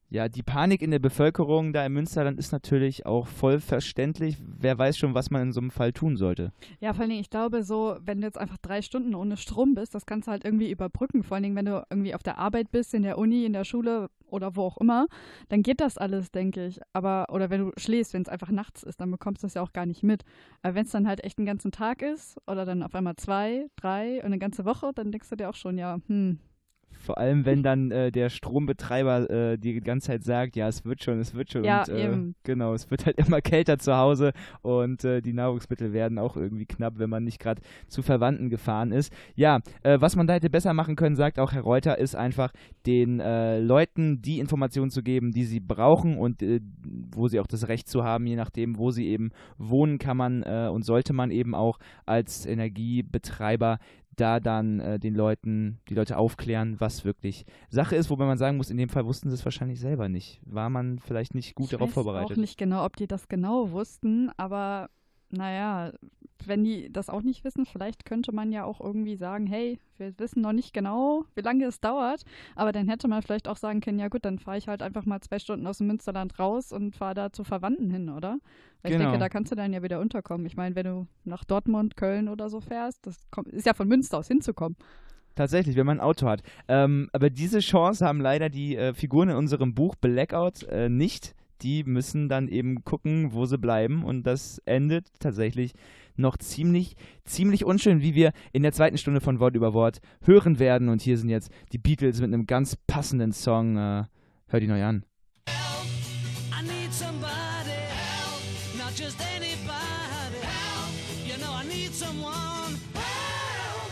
Speaker 2: Ja, die Panik in der Bevölkerung da im Münsterland ist natürlich auch voll verständlich. Wer weiß schon, was man in so einem Fall tun sollte.
Speaker 3: Ja, vor allen Dingen, ich glaube so, wenn du jetzt einfach drei Stunden ohne Strom bist, das kannst du halt irgendwie überbrücken. Vor allen Dingen, wenn du irgendwie auf der Arbeit bist, in der Uni, in der Schule oder wo auch immer, dann geht das alles, denke ich. Aber, oder wenn du schläfst, wenn es einfach nachts ist, dann bekommst du das ja auch gar nicht mit. Aber wenn es dann halt echt einen ganzen Tag ist oder dann auf einmal zwei, drei und eine ganze Woche, dann denkst du dir auch schon, ja, hm.
Speaker 2: Vor allem, wenn dann äh, der Strombetreiber äh, die ganze Zeit sagt, ja, es wird schon, es wird schon.
Speaker 3: Ja,
Speaker 2: und, äh,
Speaker 3: eben.
Speaker 2: Genau, es wird halt immer kälter zu Hause und äh, die Nahrungsmittel werden auch irgendwie knapp, wenn man nicht gerade zu Verwandten gefahren ist. Ja, äh, was man da hätte besser machen können, sagt auch Herr Reuter, ist einfach den äh, Leuten die Informationen zu geben, die sie brauchen und äh, wo sie auch das Recht zu haben, je nachdem, wo sie eben wohnen, kann man äh, und sollte man eben auch als Energiebetreiber da dann äh, den Leuten, die Leute aufklären, was wirklich Sache ist, wobei man sagen muss, in dem Fall wussten sie es wahrscheinlich selber nicht. War man vielleicht nicht gut
Speaker 3: ich
Speaker 2: darauf
Speaker 3: weiß
Speaker 2: vorbereitet.
Speaker 3: Ich weiß auch nicht genau, ob die das genau wussten, aber naja, wenn die das auch nicht wissen, vielleicht könnte man ja auch irgendwie sagen, hey, wir wissen noch nicht genau, wie lange es dauert, aber dann hätte man vielleicht auch sagen können, ja gut, dann fahre ich halt einfach mal zwei Stunden aus dem Münsterland raus und fahre da zu Verwandten hin, oder? Weil
Speaker 2: Genau.
Speaker 3: ich denke, da kannst du dann ja wieder unterkommen. Ich meine, wenn du nach Dortmund, Köln oder so fährst, das kommt, ist ja von Münster aus hinzukommen.
Speaker 2: Tatsächlich, wenn man ein Auto hat. Ähm, aber diese Chance haben leider die äh, Figuren in unserem Buch Blackout äh, nicht. Die müssen dann eben gucken, wo sie bleiben und das endet tatsächlich noch ziemlich, ziemlich unschön, wie wir in der zweiten Stunde von Wort über Wort hören werden. Und hier sind jetzt die Beatles mit einem ganz passenden Song. Äh, hört ihn euch an.
Speaker 8: I need somebody help, not just anybody help. You know I need someone help.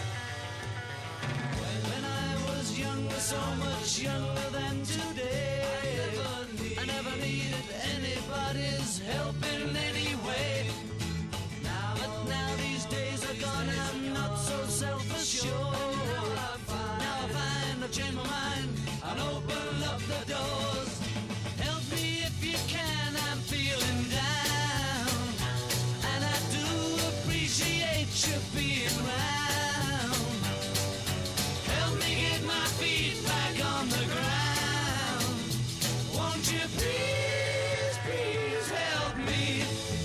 Speaker 8: When I was younger, so much younger than today, I never needed anybody's help in any way. Now, but now these days are gone, I'm not so self-assured. Now I find I've changed my mind, I'll open up the doors. Help me if you can, I'm feeling down, and I do appreciate you being round. Help me get my feet back on the ground. Won't you please, please help me?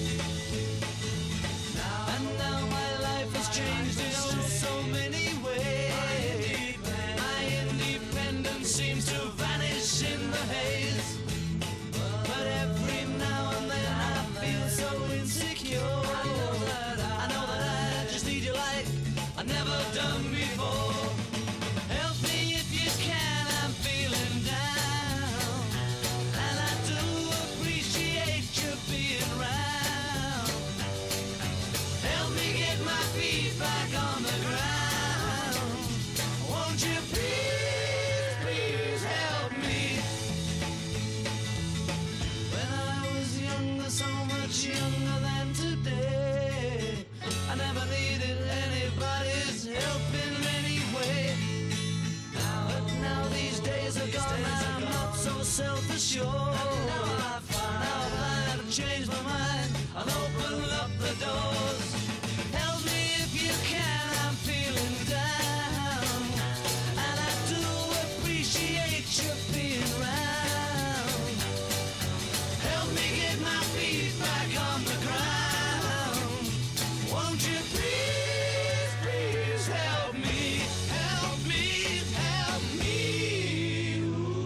Speaker 8: Now, and now my life has changed in oh so many ways. My independence seems to vanish in the haze. But every now and then I feel so insecure. I know that I, I know that I just need you like I've never done before. Help me if you can, I'm feeling down, and I do appreciate you being round. Help me get my feet back on the ground. Won't you please, please help me? When I was younger, so much younger than today, I never needed anybody's help in any way. Now, but now these days are gone, I'm not so self-assured. Now I find out I've changed my mind, I'll open up the doors. Help me if you can, I'm feeling down, and I do appreciate you being round. Help me get my feet back on the ground. Won't you please, please help me? Help me, help me.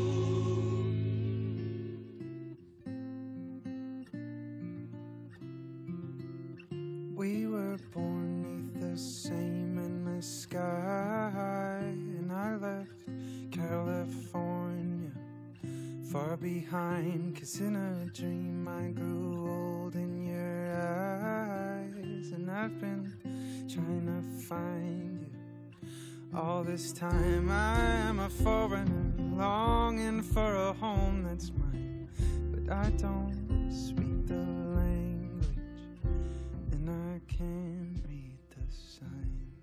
Speaker 12: We were born neath the same endless sky, and I left California far behind, 'cause in a dream I grew old in your eyes, and I've been trying to find you all this time. I am a foreigner longing for a home that's mine, but I don't speak the language, and I can't read the signs.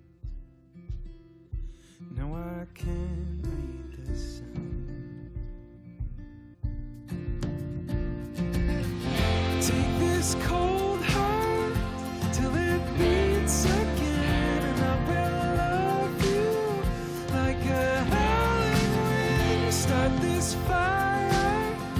Speaker 12: No, I can't read the signs. Take this cold heart till it beats again, and I will love you like a howling wind. Start this fire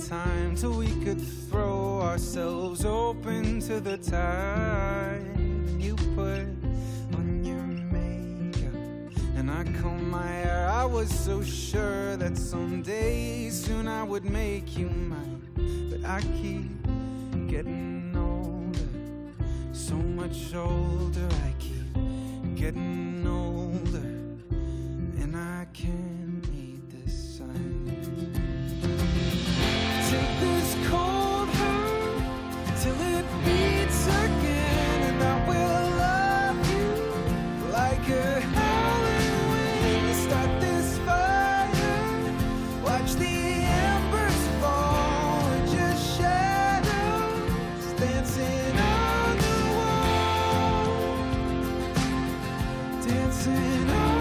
Speaker 12: time till we could throw ourselves open to the tide. And you put on your makeup and I comb my hair. I was so sure that someday soon I would make you mine, but I keep getting older, so much older. I keep getting older, and I can't read this sign. Take this cold heart till it beats again, and I will love you like a howling wind. Start this fire, watch the embers fall, and just shadows dancing on the wall, dancing on.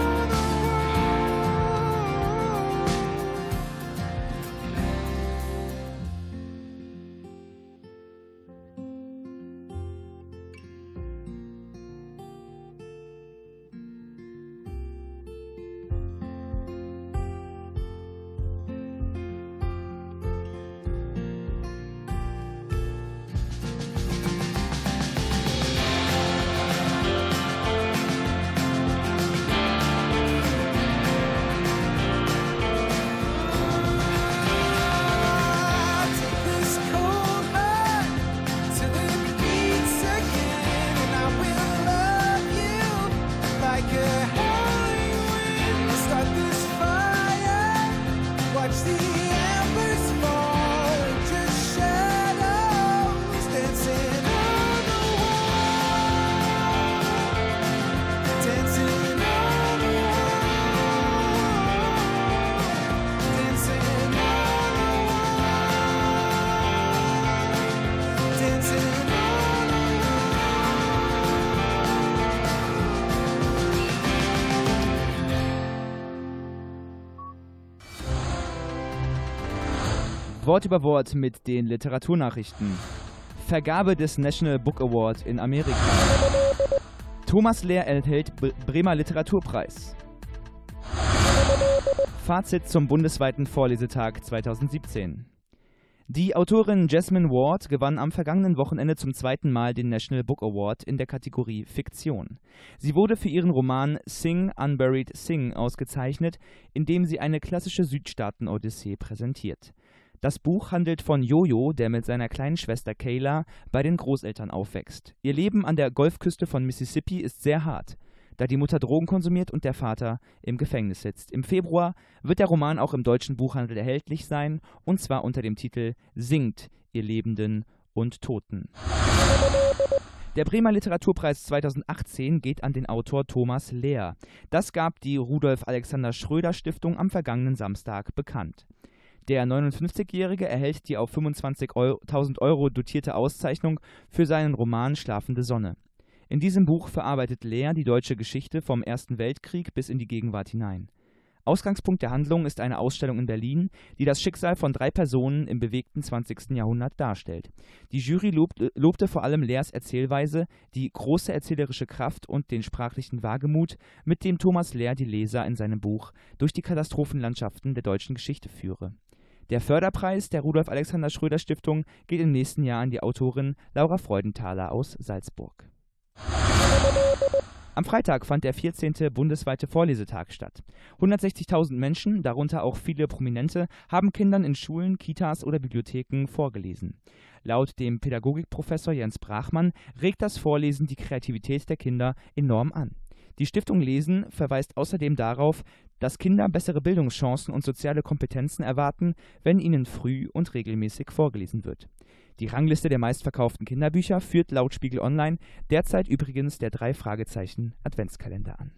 Speaker 2: Wort über Wort mit den Literaturnachrichten. Vergabe des National Book Award in Amerika. Thomas Lehr erhält Bremer Literaturpreis. Fazit zum bundesweiten Vorlesetag zweitausendsiebzehn. Die Autorin Jasmine Ward gewann am vergangenen Wochenende zum zweiten Mal den National Book Award in der Kategorie Fiktion. Sie wurde für ihren Roman Sing, Unburied Sing ausgezeichnet, in dem sie eine klassische Südstaaten-Odyssee präsentiert. Das Buch handelt von Jojo, der mit seiner kleinen Schwester Kayla bei den Großeltern aufwächst. Ihr Leben an der Golfküste von Mississippi ist sehr hart, da die Mutter Drogen konsumiert und der Vater im Gefängnis sitzt. Im Februar wird der Roman auch im deutschen Buchhandel erhältlich sein, und zwar unter dem Titel Singt, ihr Lebenden und Toten. Der Bremer Literaturpreis zweitausendachtzehn geht an den Autor Thomas Lehr. Das gab die Rudolf-Alexander-Schröder-Stiftung am vergangenen Samstag bekannt. Der neunundfünfzigjährige erhält die auf fünfundzwanzigtausend Euro dotierte Auszeichnung für seinen Roman Schlafende Sonne. In diesem Buch verarbeitet Lehr die deutsche Geschichte vom Ersten Weltkrieg bis in die Gegenwart hinein. Ausgangspunkt der Handlung ist eine Ausstellung in Berlin, die das Schicksal von drei Personen im bewegten zwanzigsten Jahrhundert darstellt. Die Jury lobte, lobte vor allem Lehrs Erzählweise, die große erzählerische Kraft und den sprachlichen Wagemut, mit dem Thomas Lehr die Leser in seinem Buch durch die Katastrophenlandschaften der deutschen Geschichte führe. Der Förderpreis der Rudolf-Alexander-Schröder-Stiftung geht im nächsten Jahr an die Autorin Laura Freudenthaler aus Salzburg. Am Freitag fand der vierzehnte bundesweite Vorlesetag statt. hundertsechzigtausend Menschen, darunter auch viele Prominente, haben Kindern in Schulen, Kitas oder Bibliotheken vorgelesen. Laut dem Pädagogikprofessor Jens Brachmann regt das Vorlesen die Kreativität der Kinder enorm an. Die Stiftung Lesen verweist außerdem darauf, dass Kinder bessere Bildungschancen und soziale Kompetenzen erwarten, wenn ihnen früh und regelmäßig vorgelesen wird. Die Rangliste der meistverkauften Kinderbücher führt laut Spiegel Online derzeit übrigens der drei Fragezeichen Adventskalender an.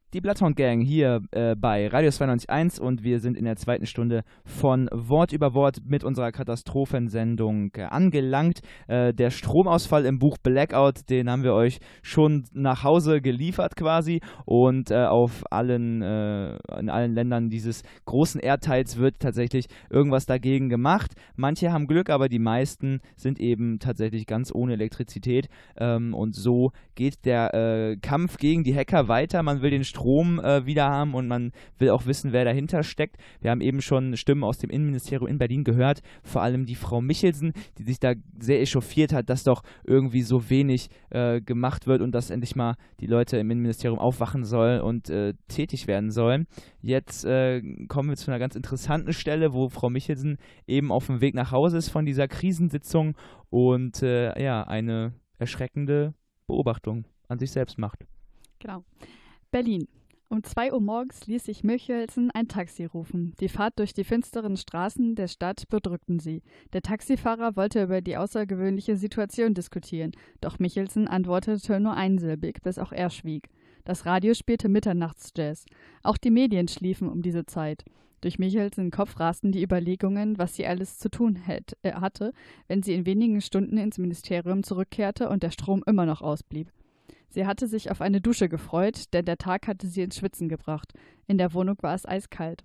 Speaker 2: Die Bloodhound Gang hier äh, bei Radio zweiundneunzig Komma eins und wir sind in der zweiten Stunde von Wort über Wort mit unserer Katastrophensendung äh, angelangt. Äh, der Stromausfall im Buch Blackout, den haben wir euch schon nach Hause geliefert quasi und äh, auf allen, äh, in allen Ländern dieses großen Erdteils wird tatsächlich irgendwas dagegen gemacht. Manche haben Glück, aber die meisten sind eben tatsächlich ganz ohne Elektrizität ähm, und so geht der äh, Kampf gegen die Hacker weiter. Man will den Strom Strom äh, wieder haben und man will auch wissen, wer dahinter steckt. Wir haben eben schon Stimmen aus dem Innenministerium in Berlin gehört, vor allem die Frau Michelsen, die sich da sehr echauffiert hat, dass doch irgendwie so wenig äh, gemacht wird und dass endlich mal die Leute im Innenministerium aufwachen sollen und äh, tätig werden sollen. Jetzt äh, kommen wir zu einer ganz interessanten Stelle, wo Frau Michelsen eben auf dem Weg nach Hause ist von dieser Krisensitzung und äh, ja, eine erschreckende Beobachtung an sich selbst macht.
Speaker 3: Genau. Berlin. Um zwei Uhr morgens ließ sich Michelsen ein Taxi rufen. Die Fahrt durch die finsteren Straßen der Stadt bedrückten sie. Der Taxifahrer wollte über die außergewöhnliche Situation diskutieren, doch Michelsen antwortete nur einsilbig, bis auch er schwieg. Das Radio spielte Mitternachtsjazz. Auch die Medien schliefen um diese Zeit. Durch Michelsens Kopf rasten die Überlegungen, was sie alles zu tun hätte, äh, hatte, wenn sie in wenigen Stunden ins Ministerium zurückkehrte und der Strom immer noch ausblieb. Sie hatte sich auf eine Dusche gefreut, denn der Tag hatte sie ins Schwitzen gebracht. In der Wohnung war es eiskalt.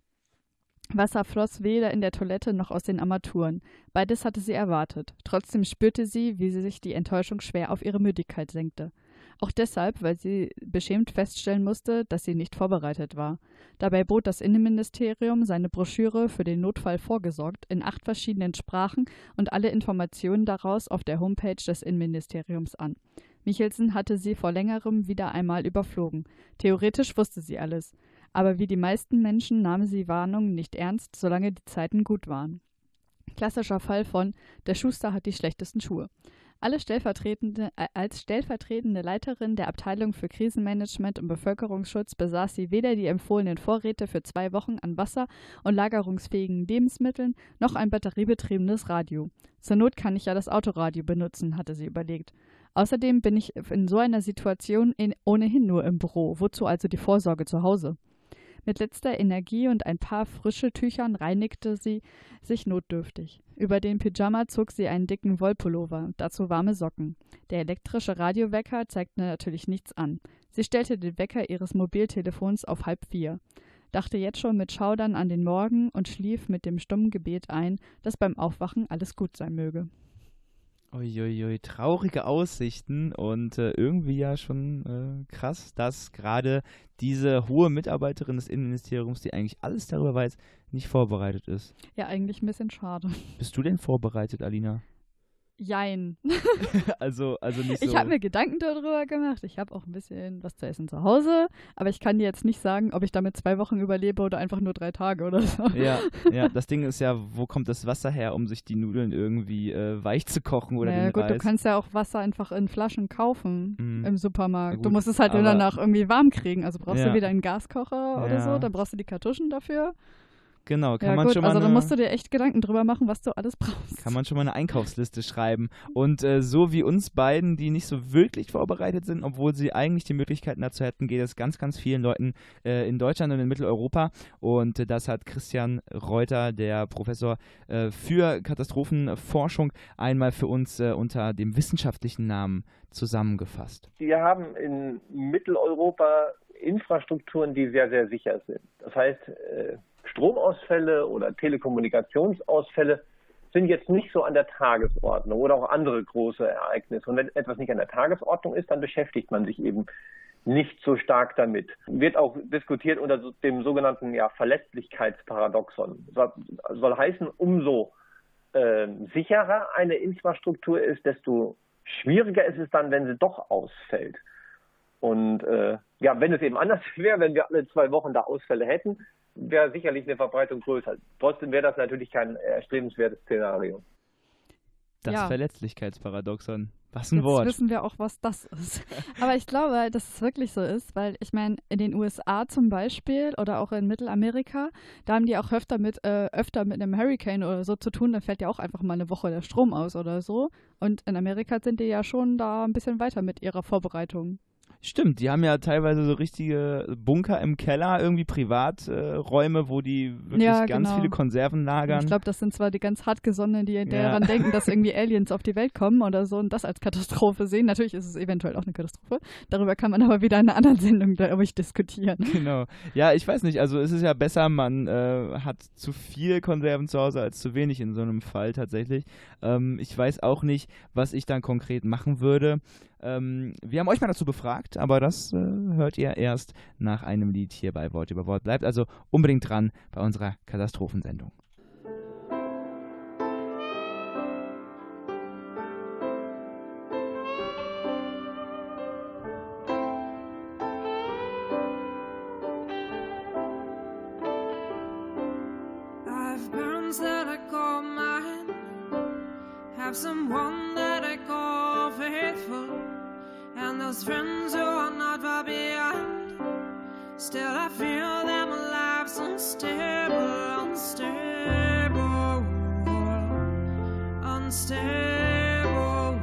Speaker 3: Wasser floss weder in der Toilette noch aus den Armaturen. Beides hatte sie erwartet. Trotzdem spürte sie, wie sie sich die Enttäuschung schwer auf ihre Müdigkeit senkte. Auch deshalb, weil sie beschämt feststellen musste, dass sie nicht vorbereitet war. Dabei bot das Innenministerium seine Broschüre für den Notfall vorgesorgt in acht verschiedenen Sprachen und alle Informationen daraus auf der Homepage des Innenministeriums an. Michelsen hatte sie vor längerem wieder einmal überflogen. Theoretisch wusste sie alles. Aber wie die meisten Menschen nahm sie Warnungen nicht ernst, solange die Zeiten gut waren. Klassischer Fall von der Schuster hat die schlechtesten Schuhe. Alle stellvertretende, äh, als stellvertretende Leiterin der Abteilung für Krisenmanagement und Bevölkerungsschutz besaß sie weder die empfohlenen Vorräte für zwei Wochen an Wasser und lagerungsfähigen Lebensmitteln, noch ein batteriebetriebenes Radio. Zur Not kann ich ja das Autoradio benutzen, hatte sie überlegt. Außerdem bin ich in so einer Situation in, ohnehin nur im Büro. Wozu also die Vorsorge zu Hause? Mit letzter Energie und ein paar frische Tüchern reinigte sie sich notdürftig. Über den Pyjama zog sie einen dicken Wollpullover, dazu warme Socken. Der elektrische Radiowecker zeigte natürlich nichts an. Sie stellte den Wecker ihres Mobiltelefons auf halb vier, dachte jetzt schon mit Schaudern an den Morgen und schlief mit dem stummen Gebet ein, dass beim Aufwachen alles gut sein möge.
Speaker 2: Uiuiui, traurige Aussichten und äh, irgendwie ja schon äh, krass, dass gerade diese hohe Mitarbeiterin des Innenministeriums, die eigentlich alles darüber weiß, nicht vorbereitet ist.
Speaker 3: Ja, eigentlich ein bisschen schade.
Speaker 2: Bist du denn vorbereitet, Alina?
Speaker 3: Jein.
Speaker 2: also, also nicht so.
Speaker 3: Ich habe mir Gedanken darüber gemacht. Ich habe auch ein bisschen was zu essen zu Hause. Aber ich kann dir jetzt nicht sagen, ob ich damit zwei Wochen überlebe oder einfach nur drei Tage oder so.
Speaker 2: Ja, ja, das Ding ist ja, wo kommt das Wasser her, um sich die Nudeln irgendwie äh, weich zu kochen oder
Speaker 3: naja,
Speaker 2: den
Speaker 3: gut,
Speaker 2: Reis?
Speaker 3: Du kannst ja auch Wasser einfach in Flaschen kaufen
Speaker 2: mhm.
Speaker 3: im Supermarkt.
Speaker 2: Gut,
Speaker 3: du musst es halt nur danach irgendwie warm kriegen. Also brauchst
Speaker 2: ja.
Speaker 3: du wieder einen Gaskocher
Speaker 2: ja.
Speaker 3: oder so. Dann brauchst du die Kartuschen dafür.
Speaker 2: Genau, kann
Speaker 3: ja,
Speaker 2: man
Speaker 3: gut,
Speaker 2: schon mal
Speaker 3: also
Speaker 2: eine,
Speaker 3: dann musst du dir echt Gedanken drüber machen, was du alles brauchst.
Speaker 2: Kann man schon mal eine Einkaufsliste schreiben. Und äh, so wie uns beiden, die nicht so wirklich vorbereitet sind, obwohl sie eigentlich die Möglichkeiten dazu hätten, geht es ganz, ganz vielen Leuten äh, in Deutschland und in Mitteleuropa. Und äh, das hat Christian Reuter, der Professor äh, für Katastrophenforschung, einmal für uns äh, unter dem wissenschaftlichen Namen zusammengefasst.
Speaker 9: Wir haben in Mitteleuropa Infrastrukturen, die sehr, sehr sicher sind. Das heißt, äh, Stromausfälle oder Telekommunikationsausfälle sind jetzt nicht so an der Tagesordnung oder auch andere große Ereignisse. Und wenn etwas nicht an der Tagesordnung ist, dann beschäftigt man sich eben nicht so stark damit. Wird auch diskutiert unter dem sogenannten ja, Verlässlichkeitsparadoxon. Das soll heißen, umso äh, sicherer eine Infrastruktur ist, desto schwieriger ist es dann, wenn sie doch ausfällt. Und äh, ja, wenn es eben anders wäre, wenn wir alle zwei Wochen da Ausfälle hätten, wäre sicherlich eine Verbreitung größer. Trotzdem wäre das natürlich kein erstrebenswertes Szenario.
Speaker 2: Das
Speaker 3: ja.
Speaker 2: Verletzlichkeitsparadoxon. Was ein
Speaker 3: Jetzt
Speaker 2: Wort.
Speaker 3: Jetzt wissen wir auch, was das ist. Aber ich glaube, dass es wirklich so ist, weil ich meine, in den U S A zum Beispiel oder auch in Mittelamerika, da haben die auch öfter mit, äh, öfter mit einem Hurricane oder so zu tun, da fällt ja auch einfach mal eine Woche der Strom aus oder so. Und in Amerika sind die ja schon da ein bisschen weiter mit ihrer Vorbereitung.
Speaker 2: Stimmt, die haben ja teilweise so richtige Bunker im Keller, irgendwie Privaträume, äh, wo die wirklich
Speaker 3: ja,
Speaker 2: ganz
Speaker 3: genau.
Speaker 2: viele Konserven lagern.
Speaker 3: Ich glaube, das sind zwar die ganz hartgesonnenen, die
Speaker 2: Ja.
Speaker 3: daran denken, dass irgendwie Aliens auf die Welt kommen oder so und das als Katastrophe sehen. Natürlich ist es eventuell auch eine Katastrophe. Darüber kann man aber wieder in einer anderen Sendung, glaube ich, diskutieren.
Speaker 2: Genau. Ja, ich weiß nicht, also es ist ja besser, man äh, hat zu viel Konserven zu Hause als zu wenig in so einem Fall tatsächlich. Ähm, ich weiß auch nicht, was ich dann konkret machen würde. Ähm, wir haben euch mal dazu befragt, aber das äh, hört ihr erst nach einem Lied hier bei Wort über Wort. Bleibt also unbedingt dran bei unserer Katastrophensendung.
Speaker 13: I've parents that I call mine, have someone that I call faithful, and those friends who are not far behind. Still I feel that my life's unstable, unstable, unstable.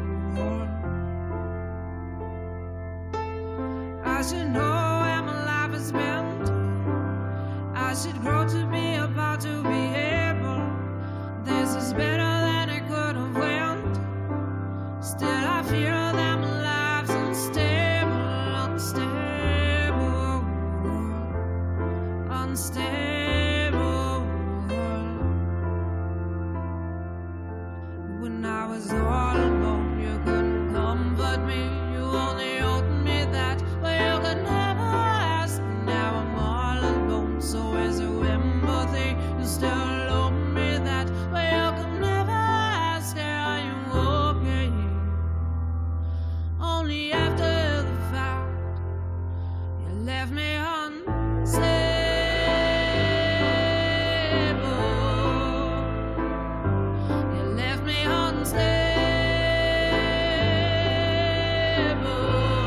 Speaker 13: I should know where my life is bent. I should grow to be about to be able. This is better than I could have went. Still I feel that my life's unstable, unstable, unstable. When I was all alone, you couldn't comfort me. You only owed me that, but you could never ask. Now I'm all alone, so is your empathy. You still owe me that, but you could never ask. Are you okay? Only after the fact, you left me unstable. You left me unstable.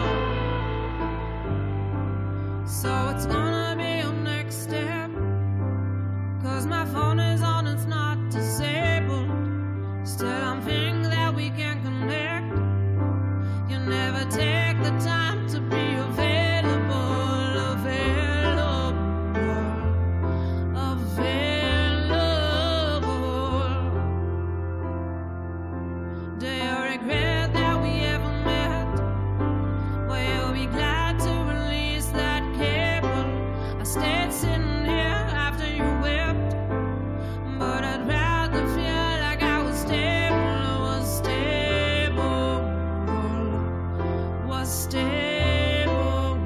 Speaker 13: So it's gonna be your next step, 'cause my phone is on, it's not disabled. Still I'm thinking that we can connect. You never take the time to be available, available, available. Do you regret that we ever met? Will you be glad to release that cable? I stayed sitting here after you wept, but I'd rather feel like I was stable, was stable, was stable.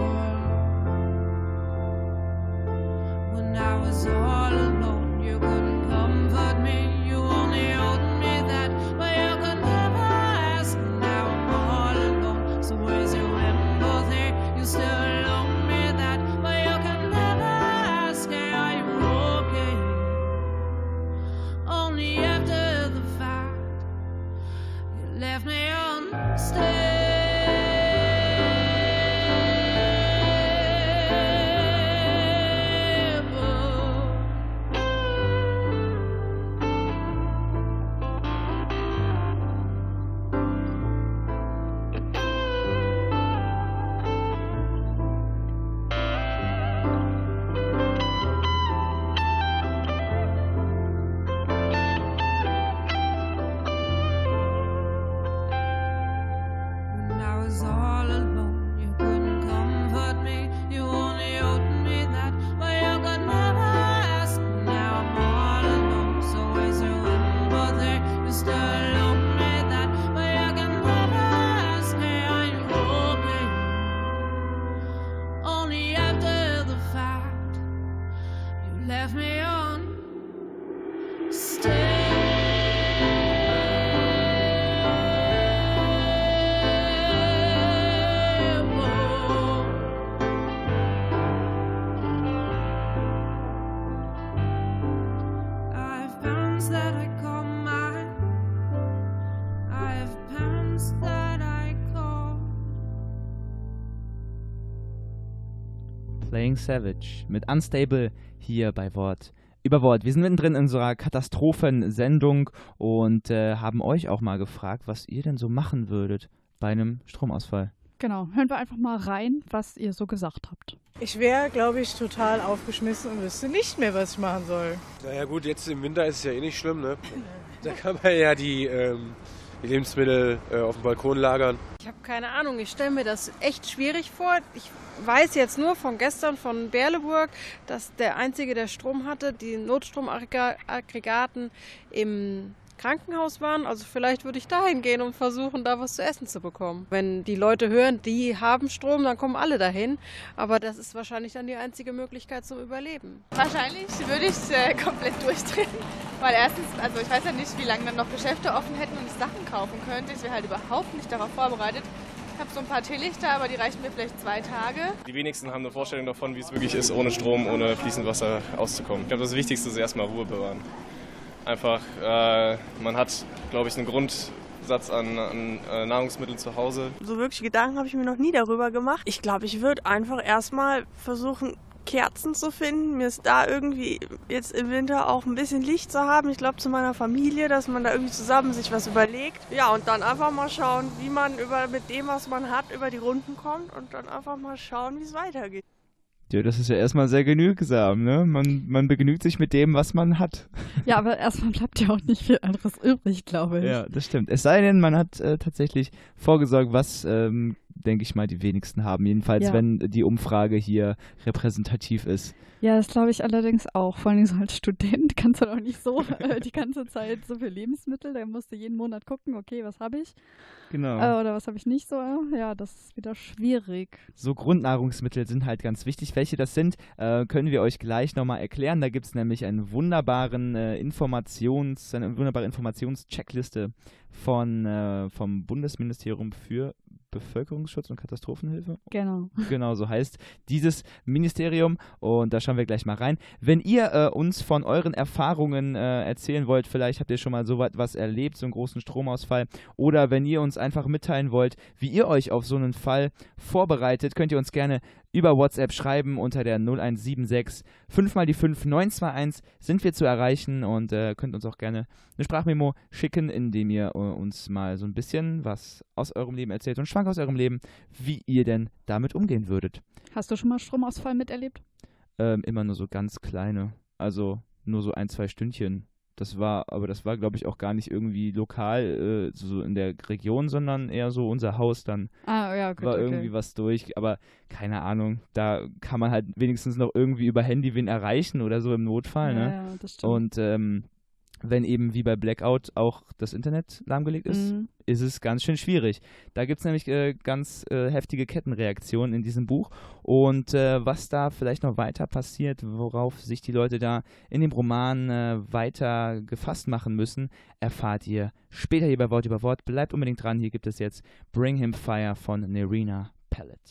Speaker 13: When I was all alone, you couldn't comfort me. You only owed me that, but you could never ask. Now I'm all alone, so where's your empathy? You still owe me that, but you can never ask. Are you okay? Only after the fact, you left me unstable. When I was all alone, you couldn't comfort me. You only owed me that, but you could never ask. Now I'm all alone, so where's your empathy? You still owe me that, but you can never ask. Hey, are you okay? Only after the fact, you left me unstable. I have parents that I call mine. I have parents that I call.
Speaker 2: Playing Savage mit Unstable hier bei Wort über Wort. Wir sind mittendrin in unserer Katastrophensendung und äh, haben euch auch mal gefragt, was ihr denn so machen würdet bei einem Stromausfall.
Speaker 3: Genau, hören wir einfach mal rein, was ihr so gesagt habt.
Speaker 14: Ich wäre, glaube ich, total aufgeschmissen und wüsste nicht mehr, was ich machen soll.
Speaker 15: Naja gut, jetzt im Winter ist es ja eh nicht schlimm, ne? Da kann man ja die, ähm, die Lebensmittel äh, auf dem Balkon lagern.
Speaker 16: Ich habe keine Ahnung, ich stelle mir das echt schwierig vor. Ich weiß jetzt nur von gestern von Berleburg, dass der Einzige, der Strom hatte, die Notstromaggregaten im Krankenhaus waren. Also vielleicht würde ich dahin gehen und versuchen, da was zu essen zu bekommen. Wenn die Leute hören, die haben Strom, dann kommen alle dahin. Aber das ist wahrscheinlich dann die einzige Möglichkeit zum Überleben.
Speaker 17: Wahrscheinlich würde ich äh, komplett durchdrehen. Weil erstens, also ich weiß ja nicht, wie lange dann noch Geschäfte offen hätten und ich Sachen kaufen könnte. Ich wäre halt überhaupt nicht darauf vorbereitet. Ich habe so ein paar Teelichter, aber die reichen mir vielleicht zwei Tage.
Speaker 18: Die wenigsten haben eine Vorstellung davon, wie es wirklich ist, ohne Strom, ohne fließend Wasser auszukommen. Ich glaube, das Wichtigste ist erstmal Ruhe bewahren. Einfach, äh, man hat, glaube ich, einen Grundsatz an, an äh, Nahrungsmitteln zu Hause.
Speaker 19: So wirklich Gedanken habe ich mir noch nie darüber gemacht. Ich glaube, ich würde einfach erstmal versuchen, Kerzen zu finden. Mir ist da irgendwie jetzt im Winter auch ein bisschen Licht zu haben. Ich glaube, zu meiner Familie, dass man da irgendwie zusammen sich was überlegt. Ja, und dann einfach mal schauen, wie man über mit dem, was man hat, über die Runden kommt und dann einfach mal schauen, wie es weitergeht.
Speaker 2: Ja, das ist ja erstmal sehr genügsam, ne? Man, man begnügt sich mit dem, was man hat.
Speaker 3: Ja, aber erstmal bleibt ja auch nicht viel anderes übrig, glaube ich.
Speaker 2: Ja, das stimmt. Es sei denn, man hat äh, tatsächlich vorgesorgt, was, ähm, denke ich mal, die wenigsten haben. Jedenfalls, ja. wenn die Umfrage hier repräsentativ ist.
Speaker 3: Ja, das glaube ich allerdings auch. Vor allem so als Student kannst du doch nicht so äh, die ganze Zeit so viel Lebensmittel. Da musst du jeden Monat gucken, okay, was habe ich?
Speaker 2: Genau.
Speaker 3: Äh, oder was habe ich nicht so? Ja, das ist wieder schwierig.
Speaker 2: So Grundnahrungsmittel sind halt ganz wichtig. Welche das sind, äh, können wir euch gleich nochmal erklären. Da gibt es nämlich einen wunderbaren äh, Informations, eine wunderbare Informationscheckliste von, äh, vom Bundesministerium für Bevölkerungsschutz und Katastrophenhilfe.
Speaker 3: Genau.
Speaker 2: Genau, so heißt dieses Ministerium und da schauen wir gleich mal rein. Wenn ihr äh, uns von euren Erfahrungen äh, erzählen wollt, vielleicht habt ihr schon mal so was erlebt, so einen großen Stromausfall, oder wenn ihr uns einfach mitteilen wollt, wie ihr euch auf so einen Fall vorbereitet, könnt ihr uns gerne über WhatsApp schreiben unter der null eins sieben sechs fünf mal die fünf neun zwei eins sind wir zu erreichen und äh, könnt uns auch gerne eine Sprachmemo schicken, indem ihr äh, uns mal so ein bisschen was aus eurem Leben erzählt und Schwank aus eurem Leben, wie ihr denn damit umgehen würdet.
Speaker 3: Hast du schon mal Stromausfall miterlebt?
Speaker 2: Ähm, immer nur so ganz kleine, also nur so ein, zwei Stündchen. Das war, aber das war, glaube ich, auch gar nicht irgendwie lokal, äh, so in der Region, sondern eher so unser Haus dann.
Speaker 3: Ah, ja, gut,
Speaker 2: war
Speaker 3: okay.
Speaker 2: irgendwie was durch, aber keine Ahnung, da kann man halt wenigstens noch irgendwie über Handy wen erreichen oder so im Notfall,
Speaker 3: ja,
Speaker 2: ne?
Speaker 3: Ja, das stimmt.
Speaker 2: Und ähm, wenn eben wie bei Blackout auch das Internet lahmgelegt ist,
Speaker 3: mhm.
Speaker 2: ist es ganz schön schwierig. Da gibt es nämlich äh, ganz äh, heftige Kettenreaktionen in diesem Buch und äh, was da vielleicht noch weiter passiert, worauf sich die Leute da in dem Roman äh, weiter gefasst machen müssen, erfahrt ihr später hier bei Wort über Wort. Bleibt unbedingt dran, hier gibt es jetzt Bring Him Fire von Nerina Pellet.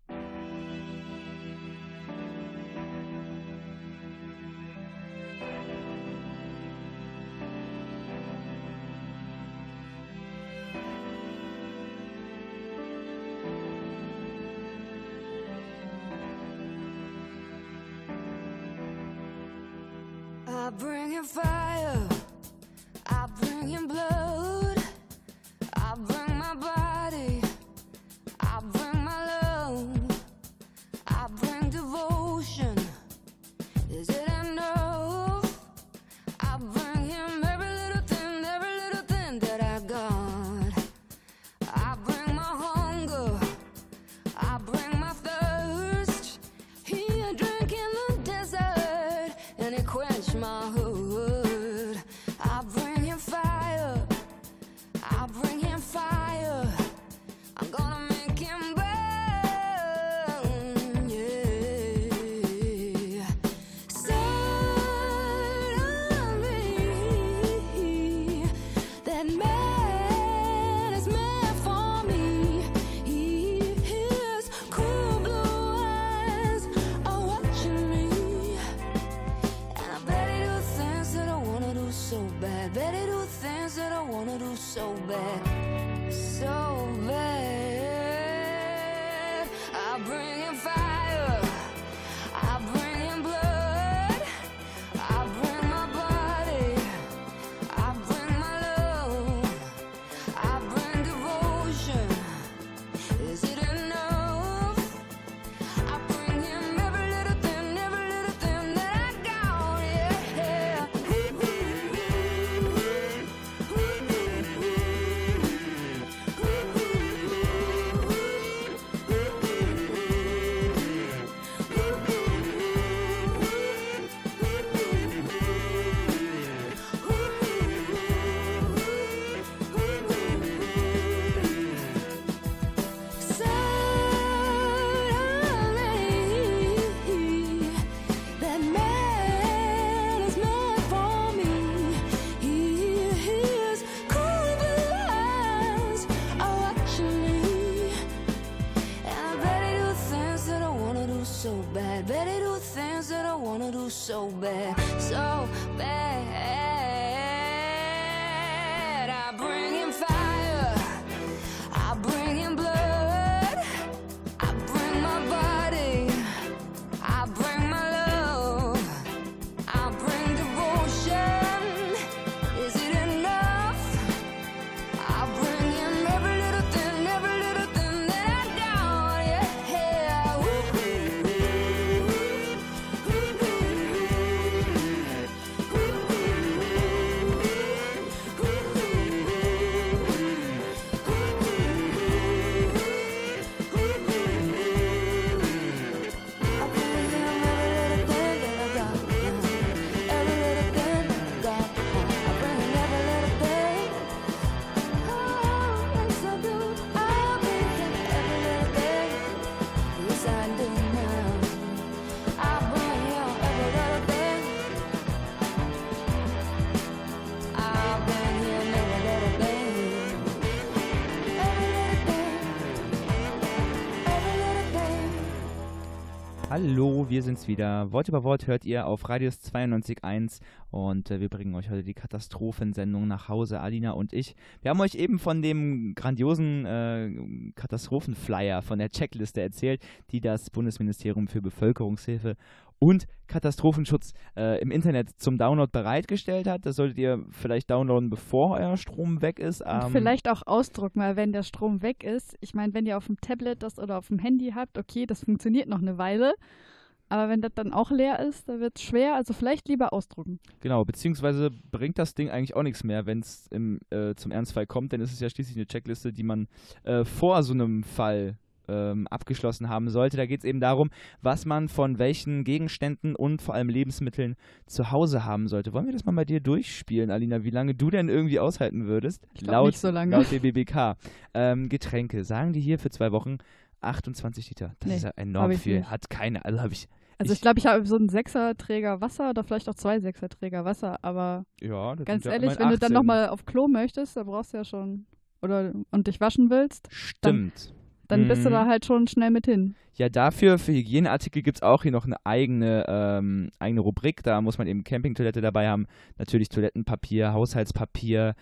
Speaker 10: I bring him fire, I bring him blood, I bring my body, I bring my love, I bring devotion. Is it enough? I bring him every little thing, every little thing that I got. I bring my hunger, I bring my thirst. He a drink in the desert and it quench my hood. I bring him fire, I bring him fire. I'm gonna make him burn, yeah. Suddenly, that man is meant for me. His cool blue eyes are watching me. And I bet he do things that I wanna do so bad. Bet he do things that I wanna do so bad. So bad. I bring him fire. I bring him blood. I bring my body. I bring my love. I bring devotion. Is it enough? so bad, so bad. I bring him fire, I bring him blood, I bring my body, I bring my love, I bring devotion. Is it enough? I bring him every little thing, every little thing that I got, yeah.
Speaker 2: Hallo, wir sind's wieder. Wort über Wort hört ihr auf Radius zweiundneunzig Komma eins und äh, wir bringen euch heute die Katastrophensendung nach Hause, Alina und ich. Wir haben euch eben von dem grandiosen äh, Katastrophenflyer, von der Checkliste erzählt, die das Bundesministerium für Bevölkerungshilfe und Katastrophenschutz äh, im Internet zum Download bereitgestellt hat. Das solltet ihr vielleicht downloaden, bevor euer Strom weg ist. Ähm,
Speaker 3: Und vielleicht auch ausdrucken, weil wenn der Strom weg ist, ich meine, wenn ihr auf dem Tablet das oder auf dem Handy habt, okay, das funktioniert noch eine Weile, aber wenn das dann auch leer ist, dann wird es schwer, also vielleicht lieber ausdrucken.
Speaker 2: Genau, beziehungsweise bringt das Ding eigentlich auch nichts mehr, wenn es äh, zum Ernstfall kommt, denn es ist ja schließlich eine Checkliste, die man äh, vor so einem Fall Ähm, abgeschlossen haben sollte. Da geht es eben darum, was man von welchen Gegenständen und vor allem Lebensmitteln zu Hause haben sollte. Wollen wir das mal bei dir durchspielen, Alina, wie lange du denn irgendwie aushalten würdest?
Speaker 3: Ich glaub nicht so lange.
Speaker 2: Laut der B B K. Ähm, Getränke, sagen die hier für zwei Wochen achtundzwanzig Liter. Das
Speaker 3: Nee,
Speaker 2: ist ja enorm
Speaker 3: hab ich
Speaker 2: viel.
Speaker 3: nicht.
Speaker 2: Hat keine, also habe ich...
Speaker 3: Also ich glaube, ich habe so einen Sechserträger Wasser oder vielleicht auch zwei Sechserträger Wasser, aber
Speaker 2: Ja, das
Speaker 3: ganz
Speaker 2: sind ja
Speaker 3: ehrlich,
Speaker 2: immerhin
Speaker 3: wenn du dann
Speaker 2: achtzehn.
Speaker 3: nochmal auf Klo möchtest, da brauchst du ja schon, oder und dich waschen willst, dann,
Speaker 2: Stimmt.
Speaker 3: dann bist du
Speaker 2: Mhm.
Speaker 3: da halt schon schnell mit hin.
Speaker 2: Ja, dafür, für Hygieneartikel gibt es auch hier noch eine eigene, ähm, eigene Rubrik. Da muss man eben Campingtoilette dabei haben, natürlich Toilettenpapier, Haushaltspapier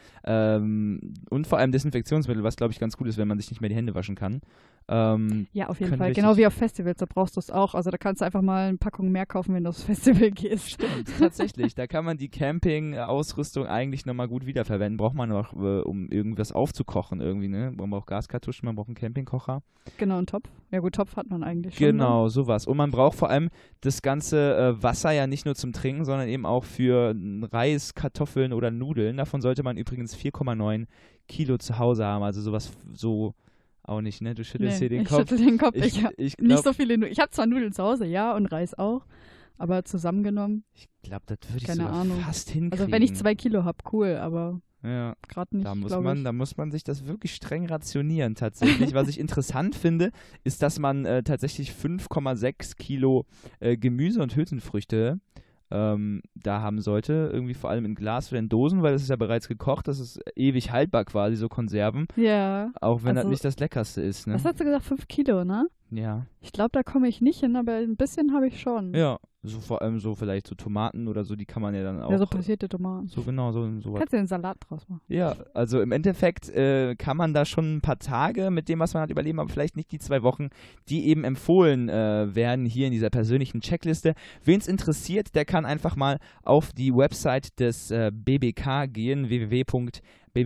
Speaker 2: ähm, und vor allem Desinfektionsmittel, was, glaube ich, ganz gut ist, wenn man sich nicht mehr die Hände waschen kann. Ähm,
Speaker 3: Ja, auf jeden
Speaker 2: können
Speaker 3: Fall.
Speaker 2: richtig-
Speaker 3: Genau wie auf Festivals, da brauchst du es auch. Also da kannst du einfach mal eine Packung mehr kaufen, wenn du aufs Festival gehst.
Speaker 2: Stimmt, tatsächlich. Da kann man die Camping-Ausrüstung eigentlich nochmal gut wiederverwenden. Braucht man noch, äh, um irgendwas aufzukochen irgendwie, ne? Man braucht Gaskartuschen, man braucht einen Campingkocher.
Speaker 3: Genau, ein Topf. Ja gut, Topf hat man eigentlich schon.
Speaker 2: Genau, sowas. Und man braucht vor allem das ganze äh, Wasser ja nicht nur zum Trinken, sondern eben auch für n, Reis, Kartoffeln oder Nudeln. Davon sollte man übrigens vier Komma neun Kilo zu Hause haben. Also sowas f- so auch nicht, ne? Du schüttelst
Speaker 3: Nee,
Speaker 2: hier den
Speaker 3: ich
Speaker 2: Kopf.
Speaker 3: schüttel den Kopf. Ich,
Speaker 2: Ich,
Speaker 3: hab
Speaker 2: ich
Speaker 3: nicht
Speaker 2: glaub,
Speaker 3: so viele Nudeln. Ich habe zwar Nudeln zu Hause, ja, und Reis auch, aber zusammengenommen,
Speaker 2: ich glaube, das würde ich
Speaker 3: keine
Speaker 2: sogar
Speaker 3: Ahnung.
Speaker 2: fast hinkriegen.
Speaker 3: Also wenn ich zwei Kilo habe, cool, aber
Speaker 2: Ja,
Speaker 3: gerade nicht,
Speaker 2: da muss
Speaker 3: glaube
Speaker 2: man,
Speaker 3: ich.
Speaker 2: da muss man sich das wirklich streng rationieren tatsächlich. Was ich interessant finde, ist, dass man äh, tatsächlich fünf Komma sechs Kilo äh, Gemüse und Hülsenfrüchte ähm, da haben sollte. Irgendwie vor allem in Glas oder in Dosen, weil das ist ja bereits gekocht. Das ist ewig haltbar quasi, so Konserven.
Speaker 3: Ja.
Speaker 2: Auch wenn das
Speaker 3: also-
Speaker 2: nicht das Leckerste ist, ne?
Speaker 3: Was hast du gesagt? Fünf Kilo, ne?
Speaker 2: Ja.
Speaker 3: Ich glaube, da komme ich nicht hin, aber ein bisschen habe ich schon.
Speaker 2: Ja, so vor allem so vielleicht so Tomaten oder so, die kann man ja dann auch.
Speaker 3: Ja, so passierte Tomaten.
Speaker 2: So genau, so, so was.
Speaker 3: Kannst du einen Salat draus machen.
Speaker 2: Ja, also im Endeffekt äh, kann man da schon ein paar Tage mit dem, was man hat, überleben, aber vielleicht nicht die zwei Wochen, die eben empfohlen äh, werden hier in dieser persönlichen Checkliste. Wen es interessiert, der kann einfach mal auf die Website des äh, B B K gehen, w w w punkt b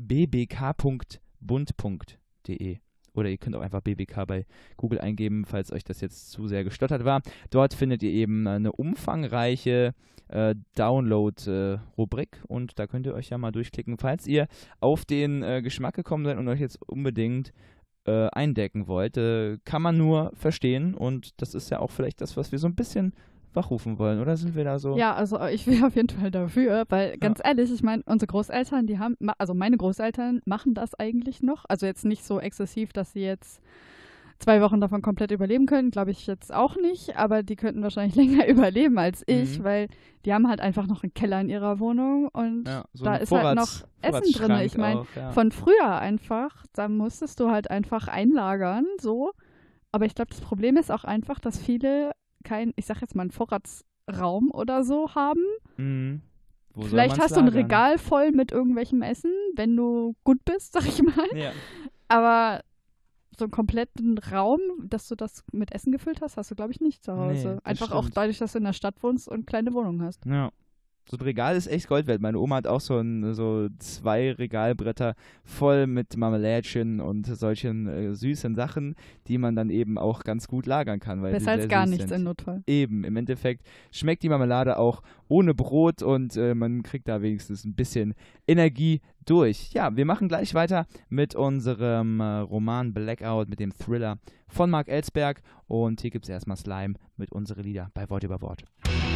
Speaker 2: b k punkt bund punkt d e. Oder ihr könnt auch einfach B B K bei Google eingeben, falls euch das jetzt zu sehr gestottert war. Dort findet ihr eben eine umfangreiche äh, Download-Rubrik äh, und da könnt ihr euch ja mal durchklicken, falls ihr auf den äh, Geschmack gekommen seid und euch jetzt unbedingt äh, eindecken wollt. Äh, kann man nur verstehen und das ist ja auch vielleicht das, was wir so ein bisschen wachrufen wollen, oder sind wir da so?
Speaker 3: Ja, also ich wäre auf jeden Fall dafür, weil ganz ehrlich, ich meine, unsere Großeltern, die haben, ma- also meine Großeltern machen das eigentlich noch. Also jetzt nicht so exzessiv, dass sie jetzt zwei Wochen davon komplett überleben können, glaube ich jetzt auch nicht, aber die könnten wahrscheinlich länger überleben als ich,
Speaker 2: Mhm.
Speaker 3: weil die haben halt einfach noch einen Keller in ihrer Wohnung und
Speaker 2: Ja, so
Speaker 3: da
Speaker 2: ein
Speaker 3: ist halt
Speaker 2: Vorrats-
Speaker 3: noch Essen drin.
Speaker 2: Vorratsschrank
Speaker 3: Ich meine,
Speaker 2: auch, ja.
Speaker 3: von früher einfach, da musstest du halt einfach einlagern, so. Aber ich glaube, das Problem ist auch einfach, dass viele kein, ich sag jetzt mal, ein Vorrats Raum oder so haben.
Speaker 2: Mhm. Wo soll
Speaker 3: Vielleicht
Speaker 2: man's
Speaker 3: hast du ein
Speaker 2: lagern?
Speaker 3: Regal voll mit irgendwelchem Essen, wenn du gut bist, sag ich mal.
Speaker 2: Ja.
Speaker 3: Aber so einen kompletten Raum, dass du das mit Essen gefüllt hast, hast du, glaube ich, nicht zu Hause.
Speaker 2: Nee, das
Speaker 3: Einfach auch
Speaker 2: stimmt.
Speaker 3: dadurch, dass du in der Stadt wohnst und kleine Wohnung hast.
Speaker 2: Ja. So ein Regal ist echt Gold wert. Meine Oma hat auch so, ein, so zwei Regalbretter voll mit Marmelädchen und solchen äh, süßen Sachen, die man dann eben auch ganz gut lagern kann. Weil
Speaker 3: Besser
Speaker 2: die
Speaker 3: als
Speaker 2: sehr
Speaker 3: gar
Speaker 2: süß
Speaker 3: nichts
Speaker 2: sind.
Speaker 3: im Notfall.
Speaker 2: Eben, im Endeffekt schmeckt die Marmelade auch ohne Brot und äh, man kriegt da wenigstens ein bisschen Energie durch. Ja, wir machen gleich weiter mit unserem äh, Roman Blackout, mit dem Thriller von Mark Ellsberg. Und hier gibt es erstmal Slime mit unsere Lieder bei Wort über Wort.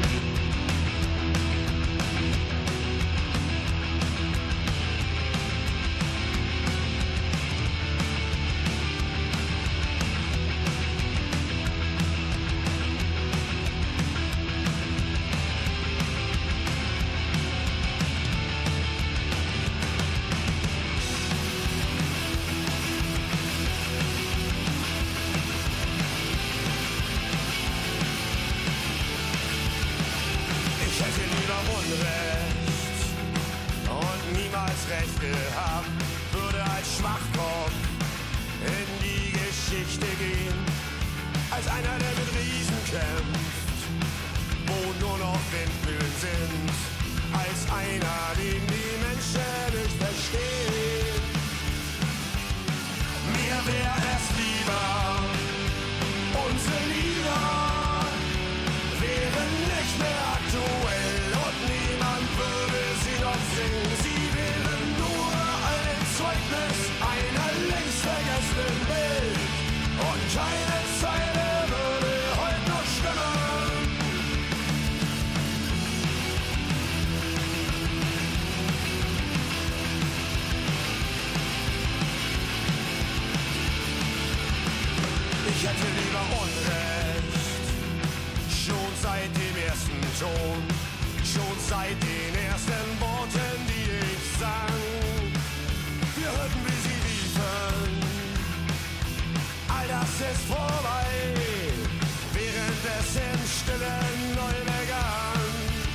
Speaker 5: Ich hätte lieber Unrecht und niemals Recht gehabt, würde als Schwachkopf in die Geschichte gehen, als einer, der mit Riesen kämpft, wo nur noch Windmühlen sind, als einer, den die Menschen nicht verstehen. Mir wär es lieber, unsere Lieder wären nicht mehr aktuell und niemand würde sie noch singen. Sie wären nur ein Zeugnis einer längst vergessenen Welt und keine Zeile würde heute noch stimmen. Ich hätte lieber Unrecht, schon seit dem ersten Ton, schon seit den ersten Worten, die ich sang. Wir hörten, wie sie riefen, all das ist vorbei, während es im Stillen neu begann.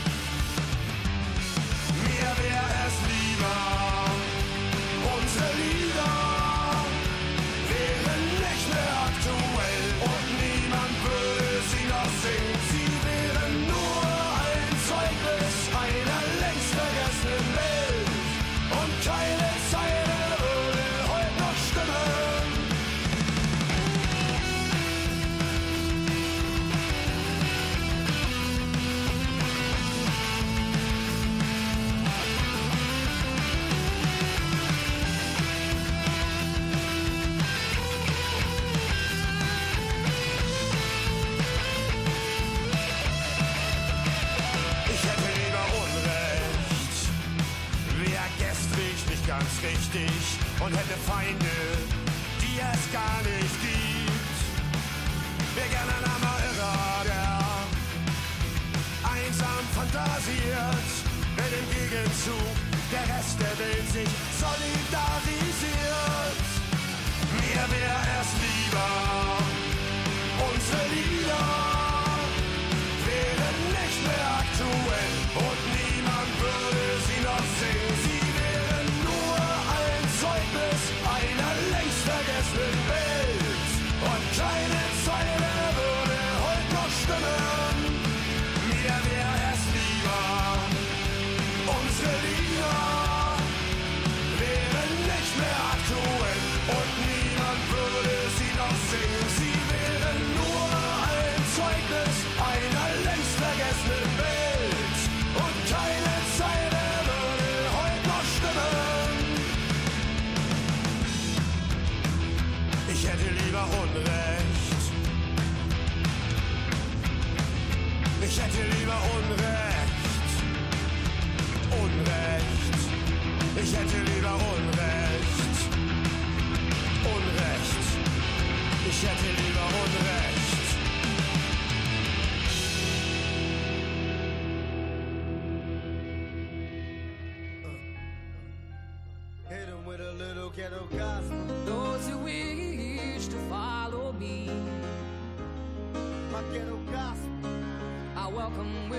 Speaker 5: Mir wär es lieber, unsere Lieder wären nicht mehr aktuell und niemand würde sie noch singen. Sie wären nur ein Zeugnis einer längst vergessenen Welt und keine Zeile würde heute noch stimmen. Ich hätte lieber Unrecht, wär gestrig nicht ganz richtig und hätte Feinde, die es gar nicht gibt. Wär gerne ein armer Irrer, der einsam fantasiert, wenn im Gegenzug der Rest der Welt sich solidarisiert. Mir wär es lieber, unsere Lieder wären nicht mehr aktuell und niemand würde sie noch singen. Sie wären nur ein Zeugnis einer längst vergessenen Welt und keine Zeile würde heute noch stimmen. Mir wär es lieber, unsere Lieder wären nicht mehr aktuell und niemand würde sie noch singen. Sie wären nur ein Zeugnis einer längst vergessenen Welt und keine Zeile würde heute noch stimmen. Ich hätte lieber Unrecht. Ich hätte lieber Unrecht. Unrecht. Ich hätte lieber Unrecht. Unrecht. Ich hätte lieber Unrecht. Hit him with a little ghetto gospel.
Speaker 10: Those who wish to follow me,
Speaker 5: My ghetto gospel.
Speaker 10: I welcome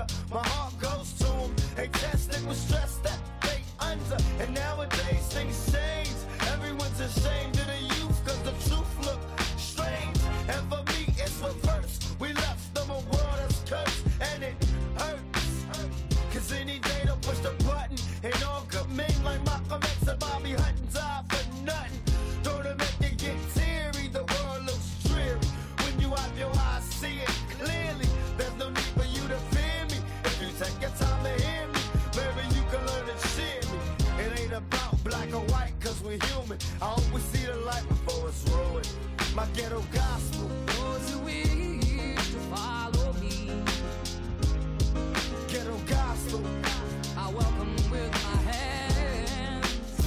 Speaker 5: My heart goes to them. They tested with stress that they under. And nowadays things change. Everyone's ashamed of the youth cause the truth look strange. And for me it's reverse. We left them a world that's cursed and it hurts. Cause any day they'll push the button and all good men like Malcolm X and Bobby Hutton die for nothing. Don't it make you get teary? The world looks dreary. When you have your eyes see it clearly. There's no need for you to fear me. If you take your time to hear me, maybe you can learn to cheer me. It ain't about black or white cause we're human. I hope we see the light before it's ruined. My ghetto gospel.
Speaker 10: Those who wish to follow me.
Speaker 5: Ghetto gospel.
Speaker 10: I welcome with my hands.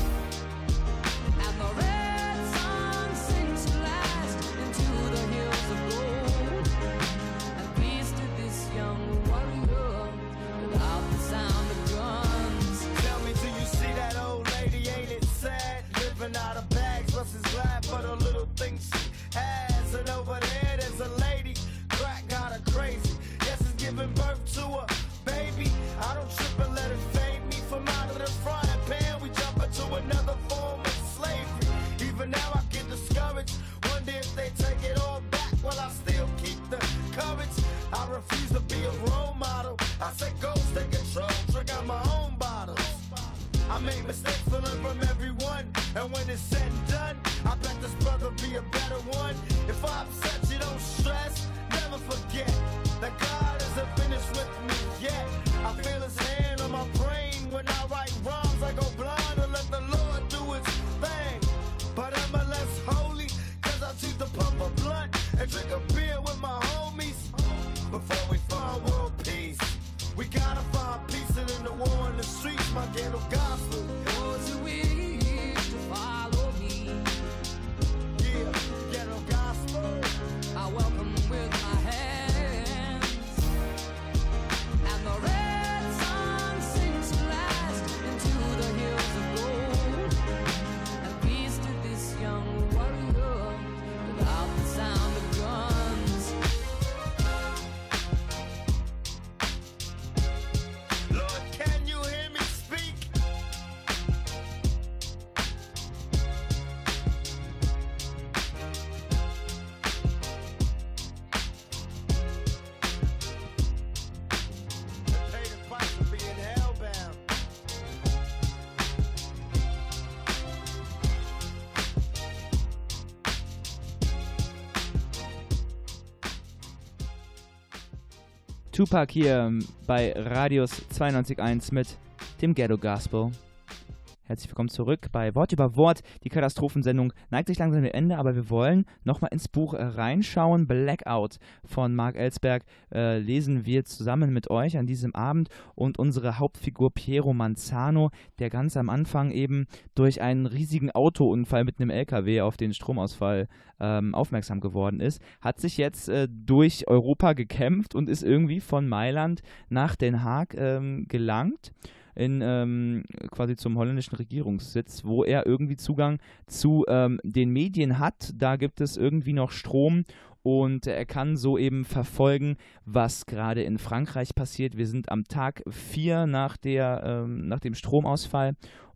Speaker 10: And the red sun sinks to last into the hills of gold. And peace to this young warrior without the sound of guns.
Speaker 5: Tell me, do you see that old lady? Ain't it sad? Living out of bags, what's his glad for the little things she has. And over there, there's a lady, crack got her crazy. Yes, it's giving birth to a baby. I don't trip and let it fade me from out of the frying pan. We jump into another form of slavery. Even now I get discouraged. Wonder if they take it all back. Well, I still keep the courage. I refuse to be a role model. I say ghost, take control, drink out my own bottles. I make mistakes to learn from everyone. And when it's said and done, I bet this brother be a better one. If I upset you, don't stress. Never forget that God isn't finished with me yet. I feel his hand on my brain. When I write rhymes, I go blind and let the Lord do his thing. But am I less holy? Cause I choose to pump a blunt and drink a beer with my homies. Before we find world peace, we gotta find peace and in the war in the streets, my ghetto gospel.
Speaker 10: Those who wish to follow me.
Speaker 5: Yeah, ghetto gospel.
Speaker 10: I welcome with my hands. And the red sun sinks to last into the hills of gold. And peace to this young warrior without the sound of guns.
Speaker 5: Lord, can you hear me speak? Pay the price for being hellbound.
Speaker 2: Tupac hier bei Radius zweiundneunzig Komma eins mit dem Ghetto Gospel. Herzlich willkommen zurück bei Wort über Wort. Die Katastrophensendung neigt sich langsam dem Ende, aber wir wollen nochmal ins Buch äh, reinschauen. Blackout von Mark Ellsberg äh, lesen wir zusammen mit euch an diesem Abend. Und unsere Hauptfigur Piero Manzano, der ganz am Anfang eben durch einen riesigen Autounfall mit einem L K W auf den Stromausfall ähm, aufmerksam geworden ist, hat sich jetzt äh, durch Europa gekämpft und ist irgendwie von Mailand nach Den Haag ähm, gelangt. In ähm, quasi zum holländischen Regierungssitz, wo er irgendwie Zugang zu ähm, den Medien hat. Da gibt es irgendwie noch Strom und er kann so eben verfolgen, was gerade in Frankreich passiert. Wir sind am Tag vier nach, der, ähm, nach dem Stromausfall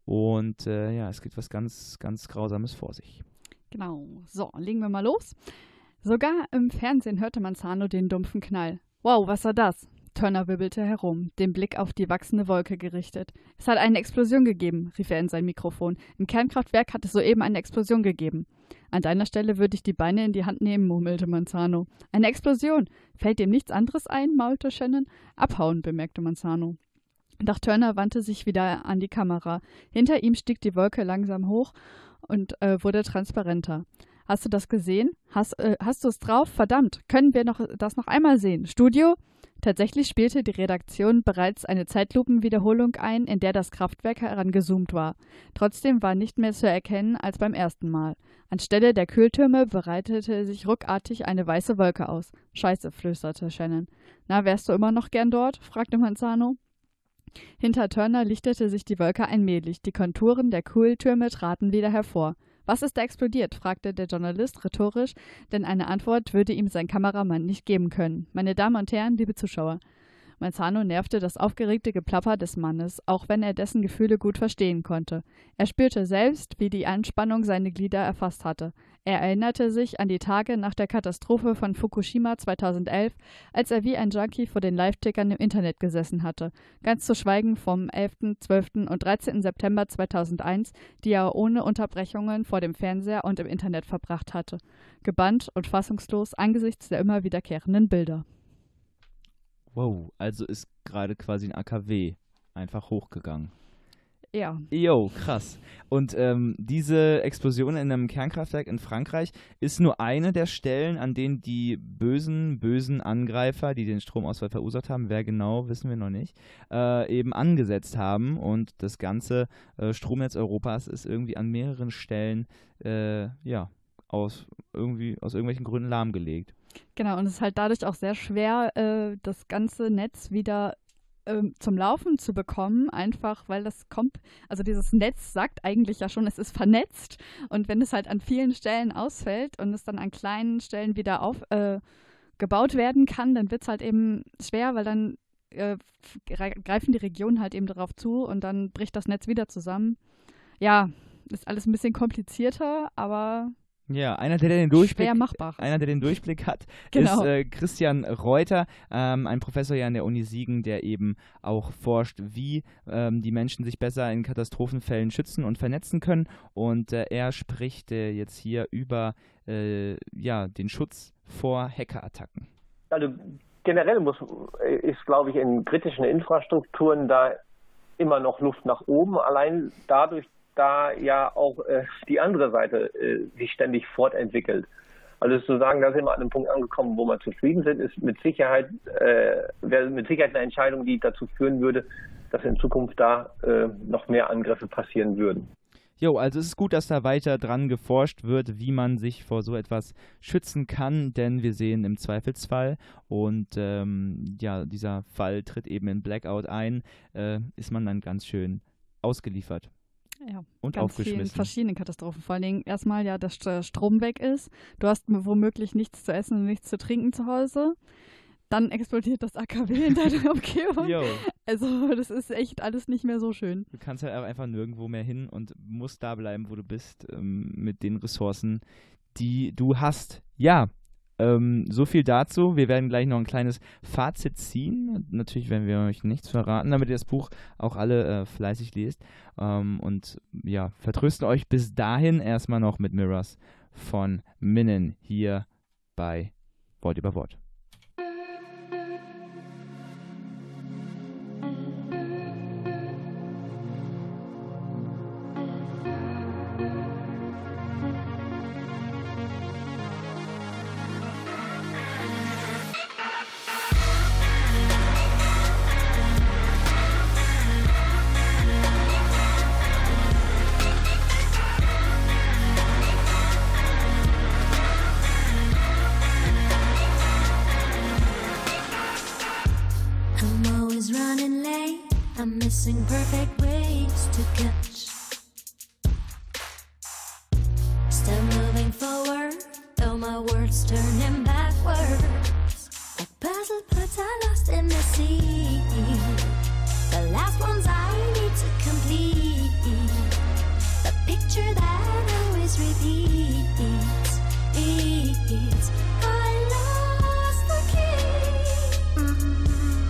Speaker 2: und äh, ja, es geht was ganz, ganz Grausames vor sich.
Speaker 3: Genau, so, legen wir mal los. Sogar im Fernsehen hörte Manzano den dumpfen Knall. Wow, was war das? Turner wirbelte herum, den Blick auf die wachsende Wolke gerichtet. Es hat eine Explosion gegeben, rief er in sein Mikrofon. Im Kernkraftwerk hat es soeben eine Explosion gegeben. An deiner Stelle würde ich die Beine in die Hand nehmen, murmelte Manzano. Eine Explosion! Fällt dir nichts anderes ein, maulte Shannon. Abhauen, bemerkte Manzano. Doch Turner wandte sich wieder an die Kamera. Hinter ihm stieg die Wolke langsam hoch und äh, wurde transparenter. Hast du das gesehen? Hast, äh, hast du es drauf? Verdammt, können wir noch, das noch einmal sehen? Studio? Tatsächlich spielte die Redaktion bereits eine Zeitlupenwiederholung ein, in der das Kraftwerk herangezoomt war. Trotzdem war nicht mehr zu erkennen als beim ersten Mal. Anstelle der Kühltürme breitete sich ruckartig eine weiße Wolke aus. Scheiße, flüsterte Shannon. Na, wärst du immer noch gern dort? Fragte Manzano. Hinter Turner lichtete sich die Wolke allmählich. Die Konturen der Kühltürme traten wieder hervor. Was ist da explodiert? Fragte der Journalist rhetorisch, denn eine Antwort würde ihm sein Kameramann nicht geben können. Meine Damen und Herren, liebe Zuschauer. Manzano nervte das aufgeregte Geplapper des Mannes, auch wenn er dessen Gefühle gut verstehen konnte. Er spürte selbst, wie die Anspannung seine Glieder erfasst hatte. Er erinnerte sich an die Tage nach der Katastrophe von Fukushima zweitausendelf, als er wie ein Junkie vor den Live-Tickern im Internet gesessen hatte, ganz zu schweigen vom elften, zwölften und dreizehnten September zweitausendeins, die er ohne Unterbrechungen vor dem Fernseher und im Internet verbracht hatte, gebannt und fassungslos angesichts der immer wiederkehrenden Bilder.
Speaker 2: Wow, also ist gerade quasi ein A K W einfach hochgegangen.
Speaker 3: Ja.
Speaker 2: Jo, krass. Und ähm, diese Explosion in einem Kernkraftwerk in Frankreich ist nur eine der Stellen, an denen die bösen, bösen Angreifer, die den Stromausfall verursacht haben, wer genau, wissen wir noch nicht, äh, eben angesetzt haben. Und das ganze äh, Stromnetz Europas ist irgendwie an mehreren Stellen, äh, ja, aus, irgendwie, aus irgendwelchen Gründen lahmgelegt.
Speaker 3: Genau, und es ist halt dadurch auch sehr schwer, äh, das ganze Netz wieder zum Laufen zu bekommen, einfach weil das kommt, also dieses Netz sagt eigentlich ja schon, es ist vernetzt, und wenn es halt an vielen Stellen ausfällt und es dann an kleinen Stellen wieder auf, äh, gebaut werden kann, dann wird es halt eben schwer, weil dann äh, greifen die Regionen halt eben darauf zu und dann bricht das Netz wieder zusammen. Ja, ist alles ein bisschen komplizierter, aber
Speaker 2: ja, einer, der den Durchblick,
Speaker 3: schwer machbar.
Speaker 2: Einer, der den Durchblick hat,
Speaker 3: genau.
Speaker 2: ist äh, Christian Reuter, ähm, ein Professor ja an der Uni Siegen, der eben auch forscht, wie ähm, die Menschen sich besser in Katastrophenfällen schützen und vernetzen können. Und äh, er spricht äh, jetzt hier über äh, ja, den Schutz vor Hackerattacken.
Speaker 9: Also generell muss, ist, glaube ich, in kritischen Infrastrukturen da immer noch Luft nach oben. Allein dadurch, da ja auch äh, die andere Seite äh, sich ständig fortentwickelt. Also zu sagen, da sind wir an einem Punkt angekommen, wo wir zufrieden sind, ist mit Sicherheit, äh, wäre mit Sicherheit eine Entscheidung, die dazu führen würde, dass in Zukunft da äh, noch mehr Angriffe passieren würden.
Speaker 2: Jo, also es ist gut, dass da weiter dran geforscht wird, wie man sich vor so etwas schützen kann, denn wir sehen im Zweifelsfall, und ähm, ja, dieser Fall tritt eben in Blackout ein, äh, ist man dann ganz schön ausgeliefert.
Speaker 3: Ja,
Speaker 2: und
Speaker 3: ganz
Speaker 2: aufgeschmissen.
Speaker 3: vielen verschiedenen Katastrophen. Vor allen Dingen erstmal ja, dass der Strom weg ist. Du hast womöglich nichts zu essen und nichts zu trinken zu Hause. Dann explodiert das A K W in deiner Umgebung.
Speaker 2: Jo.
Speaker 3: Also das ist echt alles nicht mehr so schön.
Speaker 2: Du kannst halt auch einfach nirgendwo mehr hin und musst da bleiben, wo du bist, ähm, mit den Ressourcen, die du hast. Ja, Ähm, so viel dazu. Wir werden gleich noch ein kleines Fazit ziehen. Natürlich werden wir euch nichts verraten, damit ihr das Buch auch alle äh, fleißig lest. Ähm, und ja, vertrösten euch bis dahin erstmal noch mit Mirrors von Minnen hier bei Wort über Wort.
Speaker 10: Missing perfect ways to catch. Still moving forward, though my words turning backwards. Like puzzle parts I lost in the sea. The last ones I need to complete. The picture that always repeats. Repeats. I lost the key. Mm-hmm.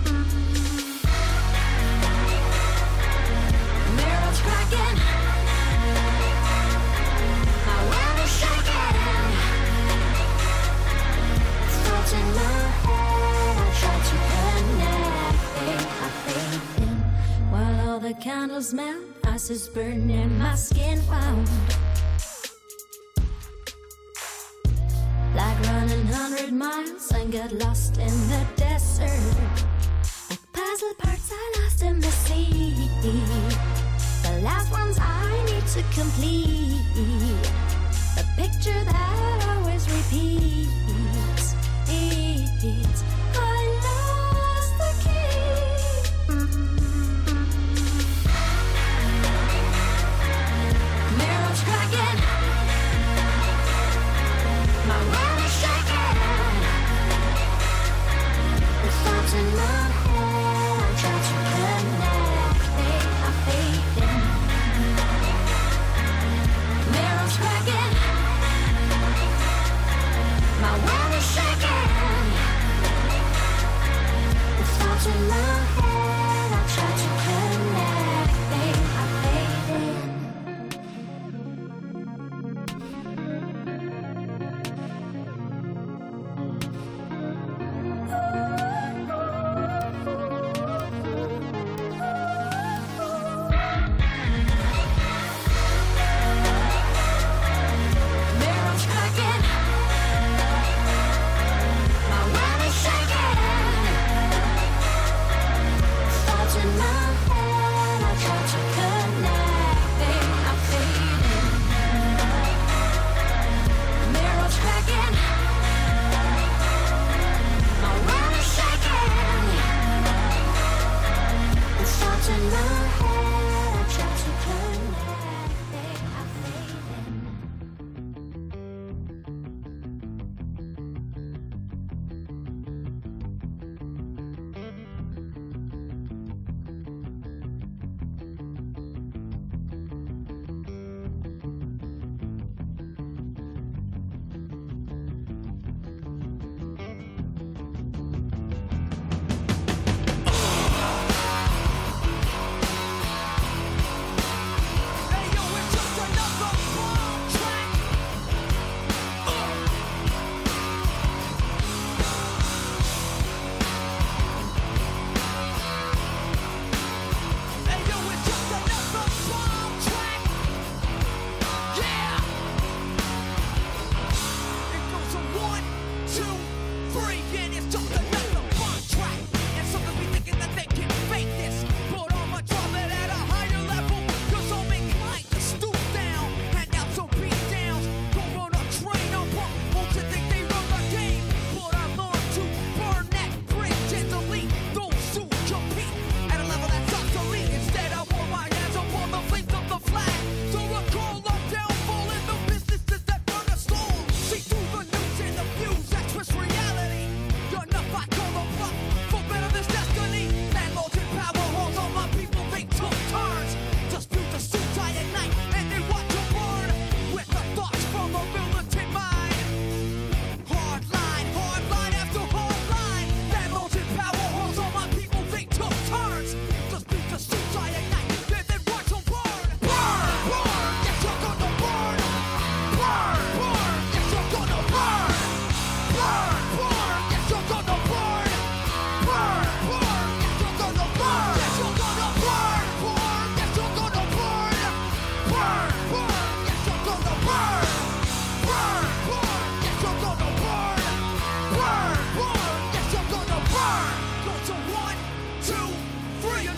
Speaker 10: Cracking, my world is shaking. Thoughts in my head, I try to connect. I fade in while all the candles melt. Ice is burning my skin wound. Like running hundred miles and get lost in the desert. Like puzzle parts I lost in the sea. The last ones I need to complete. The picture that always repeats. Repeats. I lost the key. Mm-hmm. Mirrors cracking. My world is shaking. The thoughts in my head.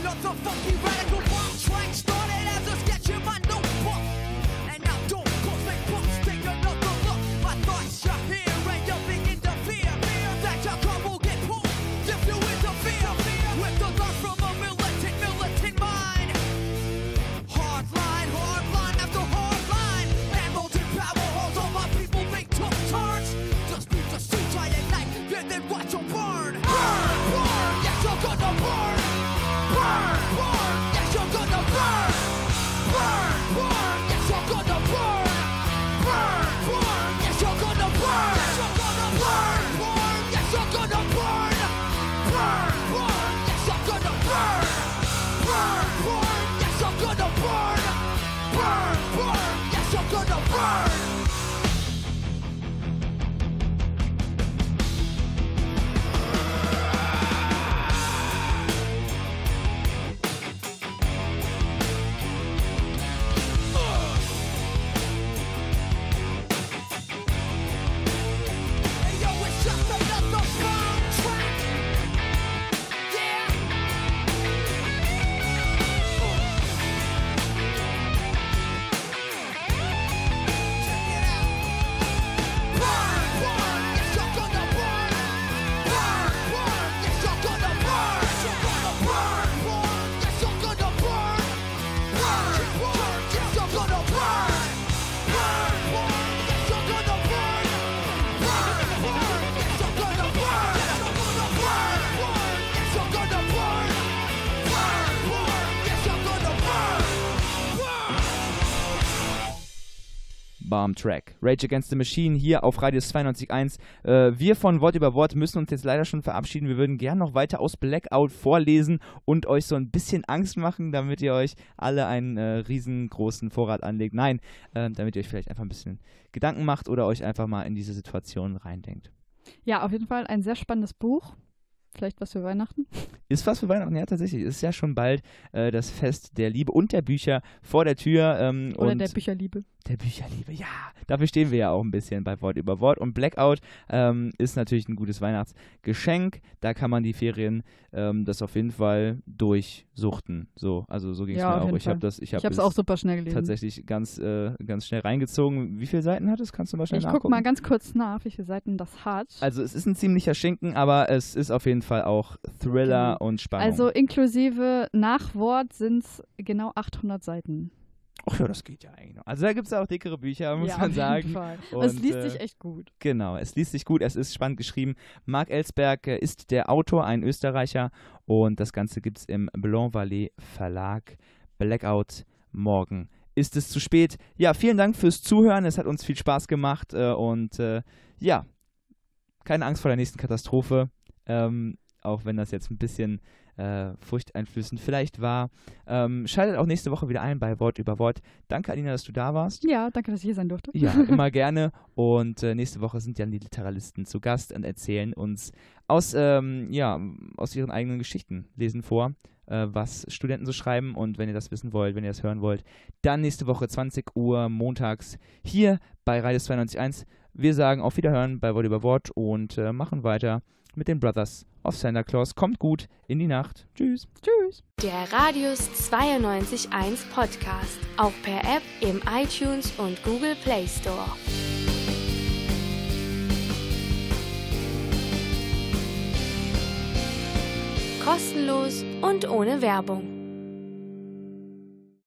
Speaker 8: up the funky radical bomb track. Started as a sketch in my notebook, and now don't close my books. Take another look. My thoughts are here, and you begin to fear that your car will get pulled if you interfere with the thoughts from a militant, militant mind. Hard line, hard line after hard line. And molten power halls, all my people they took turns. Just beat the streets right at night, and then watch them burn. Burn, burn, yes you're gonna burn. Burn, burn, yes you're gonna burn. Burn, burn, yes you're gonna burn. Burn, burn, yes you're gonna burn. Yes you're gonna burn. Burn, yes you're gonna burn. Burn, burn, yes you're gonna burn. Burn, burn, yes you're gonna burn. Burn, burn, yes you're gonna burn. Yo, it's just another bomb track. Yeah. Check it out. Burn, burn, yes you're gonna burn. Burn, burn, yes you're gonna burn. You're gonna burn, burn, yes you're gonna burn. Burn, burn, yes you're gonna burn. Burn, burn, yes you're gonna burn. Burn, burn, yes you're gonna burn. Burn, burn, yes you're gonna burn. Burn, burn, yes you're gonna burn.
Speaker 2: Bomb Track. Rage Against the Machine hier auf Radius zweiundneunzig Komma eins. Äh, wir von Wort über Wort müssen uns jetzt leider schon verabschieden. Wir würden gerne noch weiter aus Blackout vorlesen und euch so ein bisschen Angst machen, damit ihr euch alle einen äh, riesengroßen Vorrat anlegt. Nein, äh, damit ihr euch vielleicht einfach ein bisschen Gedanken macht oder euch einfach mal in diese Situation reindenkt.
Speaker 3: Ja, auf jeden Fall ein sehr spannendes Buch. Vielleicht was für Weihnachten.
Speaker 2: Ist was für Weihnachten, ja tatsächlich. Ist ja schon bald äh, das Fest der Liebe und der Bücher vor der Tür. Ähm,
Speaker 3: Oder
Speaker 2: und
Speaker 3: der Bücherliebe.
Speaker 2: Der Bücherliebe, ja. Dafür stehen wir ja auch ein bisschen bei Wort über Wort. Und Blackout ähm, ist natürlich ein gutes Weihnachtsgeschenk. Da kann man die Ferien ähm, das auf jeden Fall durchsuchten. So, also so ging es
Speaker 3: Ja,
Speaker 2: mir
Speaker 3: auf
Speaker 2: auch.
Speaker 3: jeden
Speaker 2: Ich habe
Speaker 3: Fall.
Speaker 2: das, ich
Speaker 3: Ich
Speaker 2: habe
Speaker 3: hab's
Speaker 2: es
Speaker 3: auch super schnell gelesen.
Speaker 2: Tatsächlich ganz, äh, ganz schnell reingezogen. Wie viele Seiten hat es? Kannst du mal schnell
Speaker 3: Ich
Speaker 2: nachgucken?
Speaker 3: guck mal ganz kurz nach, wie viele Seiten das hat.
Speaker 2: Also es ist ein ziemlicher Schinken, aber es ist auf jeden Fall auch Thriller
Speaker 3: Genau.
Speaker 2: und Spannung.
Speaker 3: Also inklusive Nachwort sind es genau achthundert Seiten.
Speaker 2: Ach ja, das geht ja eigentlich noch. Also da gibt es auch dickere Bücher, muss
Speaker 3: Ja,
Speaker 2: man
Speaker 3: auf
Speaker 2: sagen.
Speaker 3: jeden Fall.
Speaker 2: Und,
Speaker 3: Es liest
Speaker 2: äh,
Speaker 3: sich echt gut.
Speaker 2: Genau, es liest sich gut, es ist spannend geschrieben. Marc Ellsberg äh, ist der Autor, ein Österreicher, und das Ganze gibt es im Blanc Vallée Verlag. Blackout, morgen ist es zu spät. Ja, vielen Dank fürs Zuhören, es hat uns viel Spaß gemacht äh, und äh, ja, keine Angst vor der nächsten Katastrophe, ähm, auch wenn das jetzt ein bisschen äh, furchteinflößend vielleicht war. Ähm, schaltet auch nächste Woche wieder ein bei Wort über Wort. Danke, Alina, dass du da warst.
Speaker 3: Ja, danke, dass ich hier sein durfte.
Speaker 2: Ja, immer gerne. Und äh, nächste Woche sind dann die Literalisten zu Gast und erzählen uns aus, ähm, ja, aus ihren eigenen Geschichten, lesen vor, äh, was Studenten so schreiben. Und wenn ihr das wissen wollt, wenn ihr das hören wollt, dann nächste Woche zwanzig Uhr montags hier bei Radius zweiundneunzig Komma eins. Wir sagen auf Wiederhören bei Wort über Wort und äh, machen weiter mit den Brothers of Santa Claus. Kommt gut in die Nacht. Tschüss.
Speaker 3: Tschüss.
Speaker 1: Der Radius zweiundneunzig Komma eins Podcast. Auch per App im iTunes und Google Play Store. Kostenlos und ohne Werbung.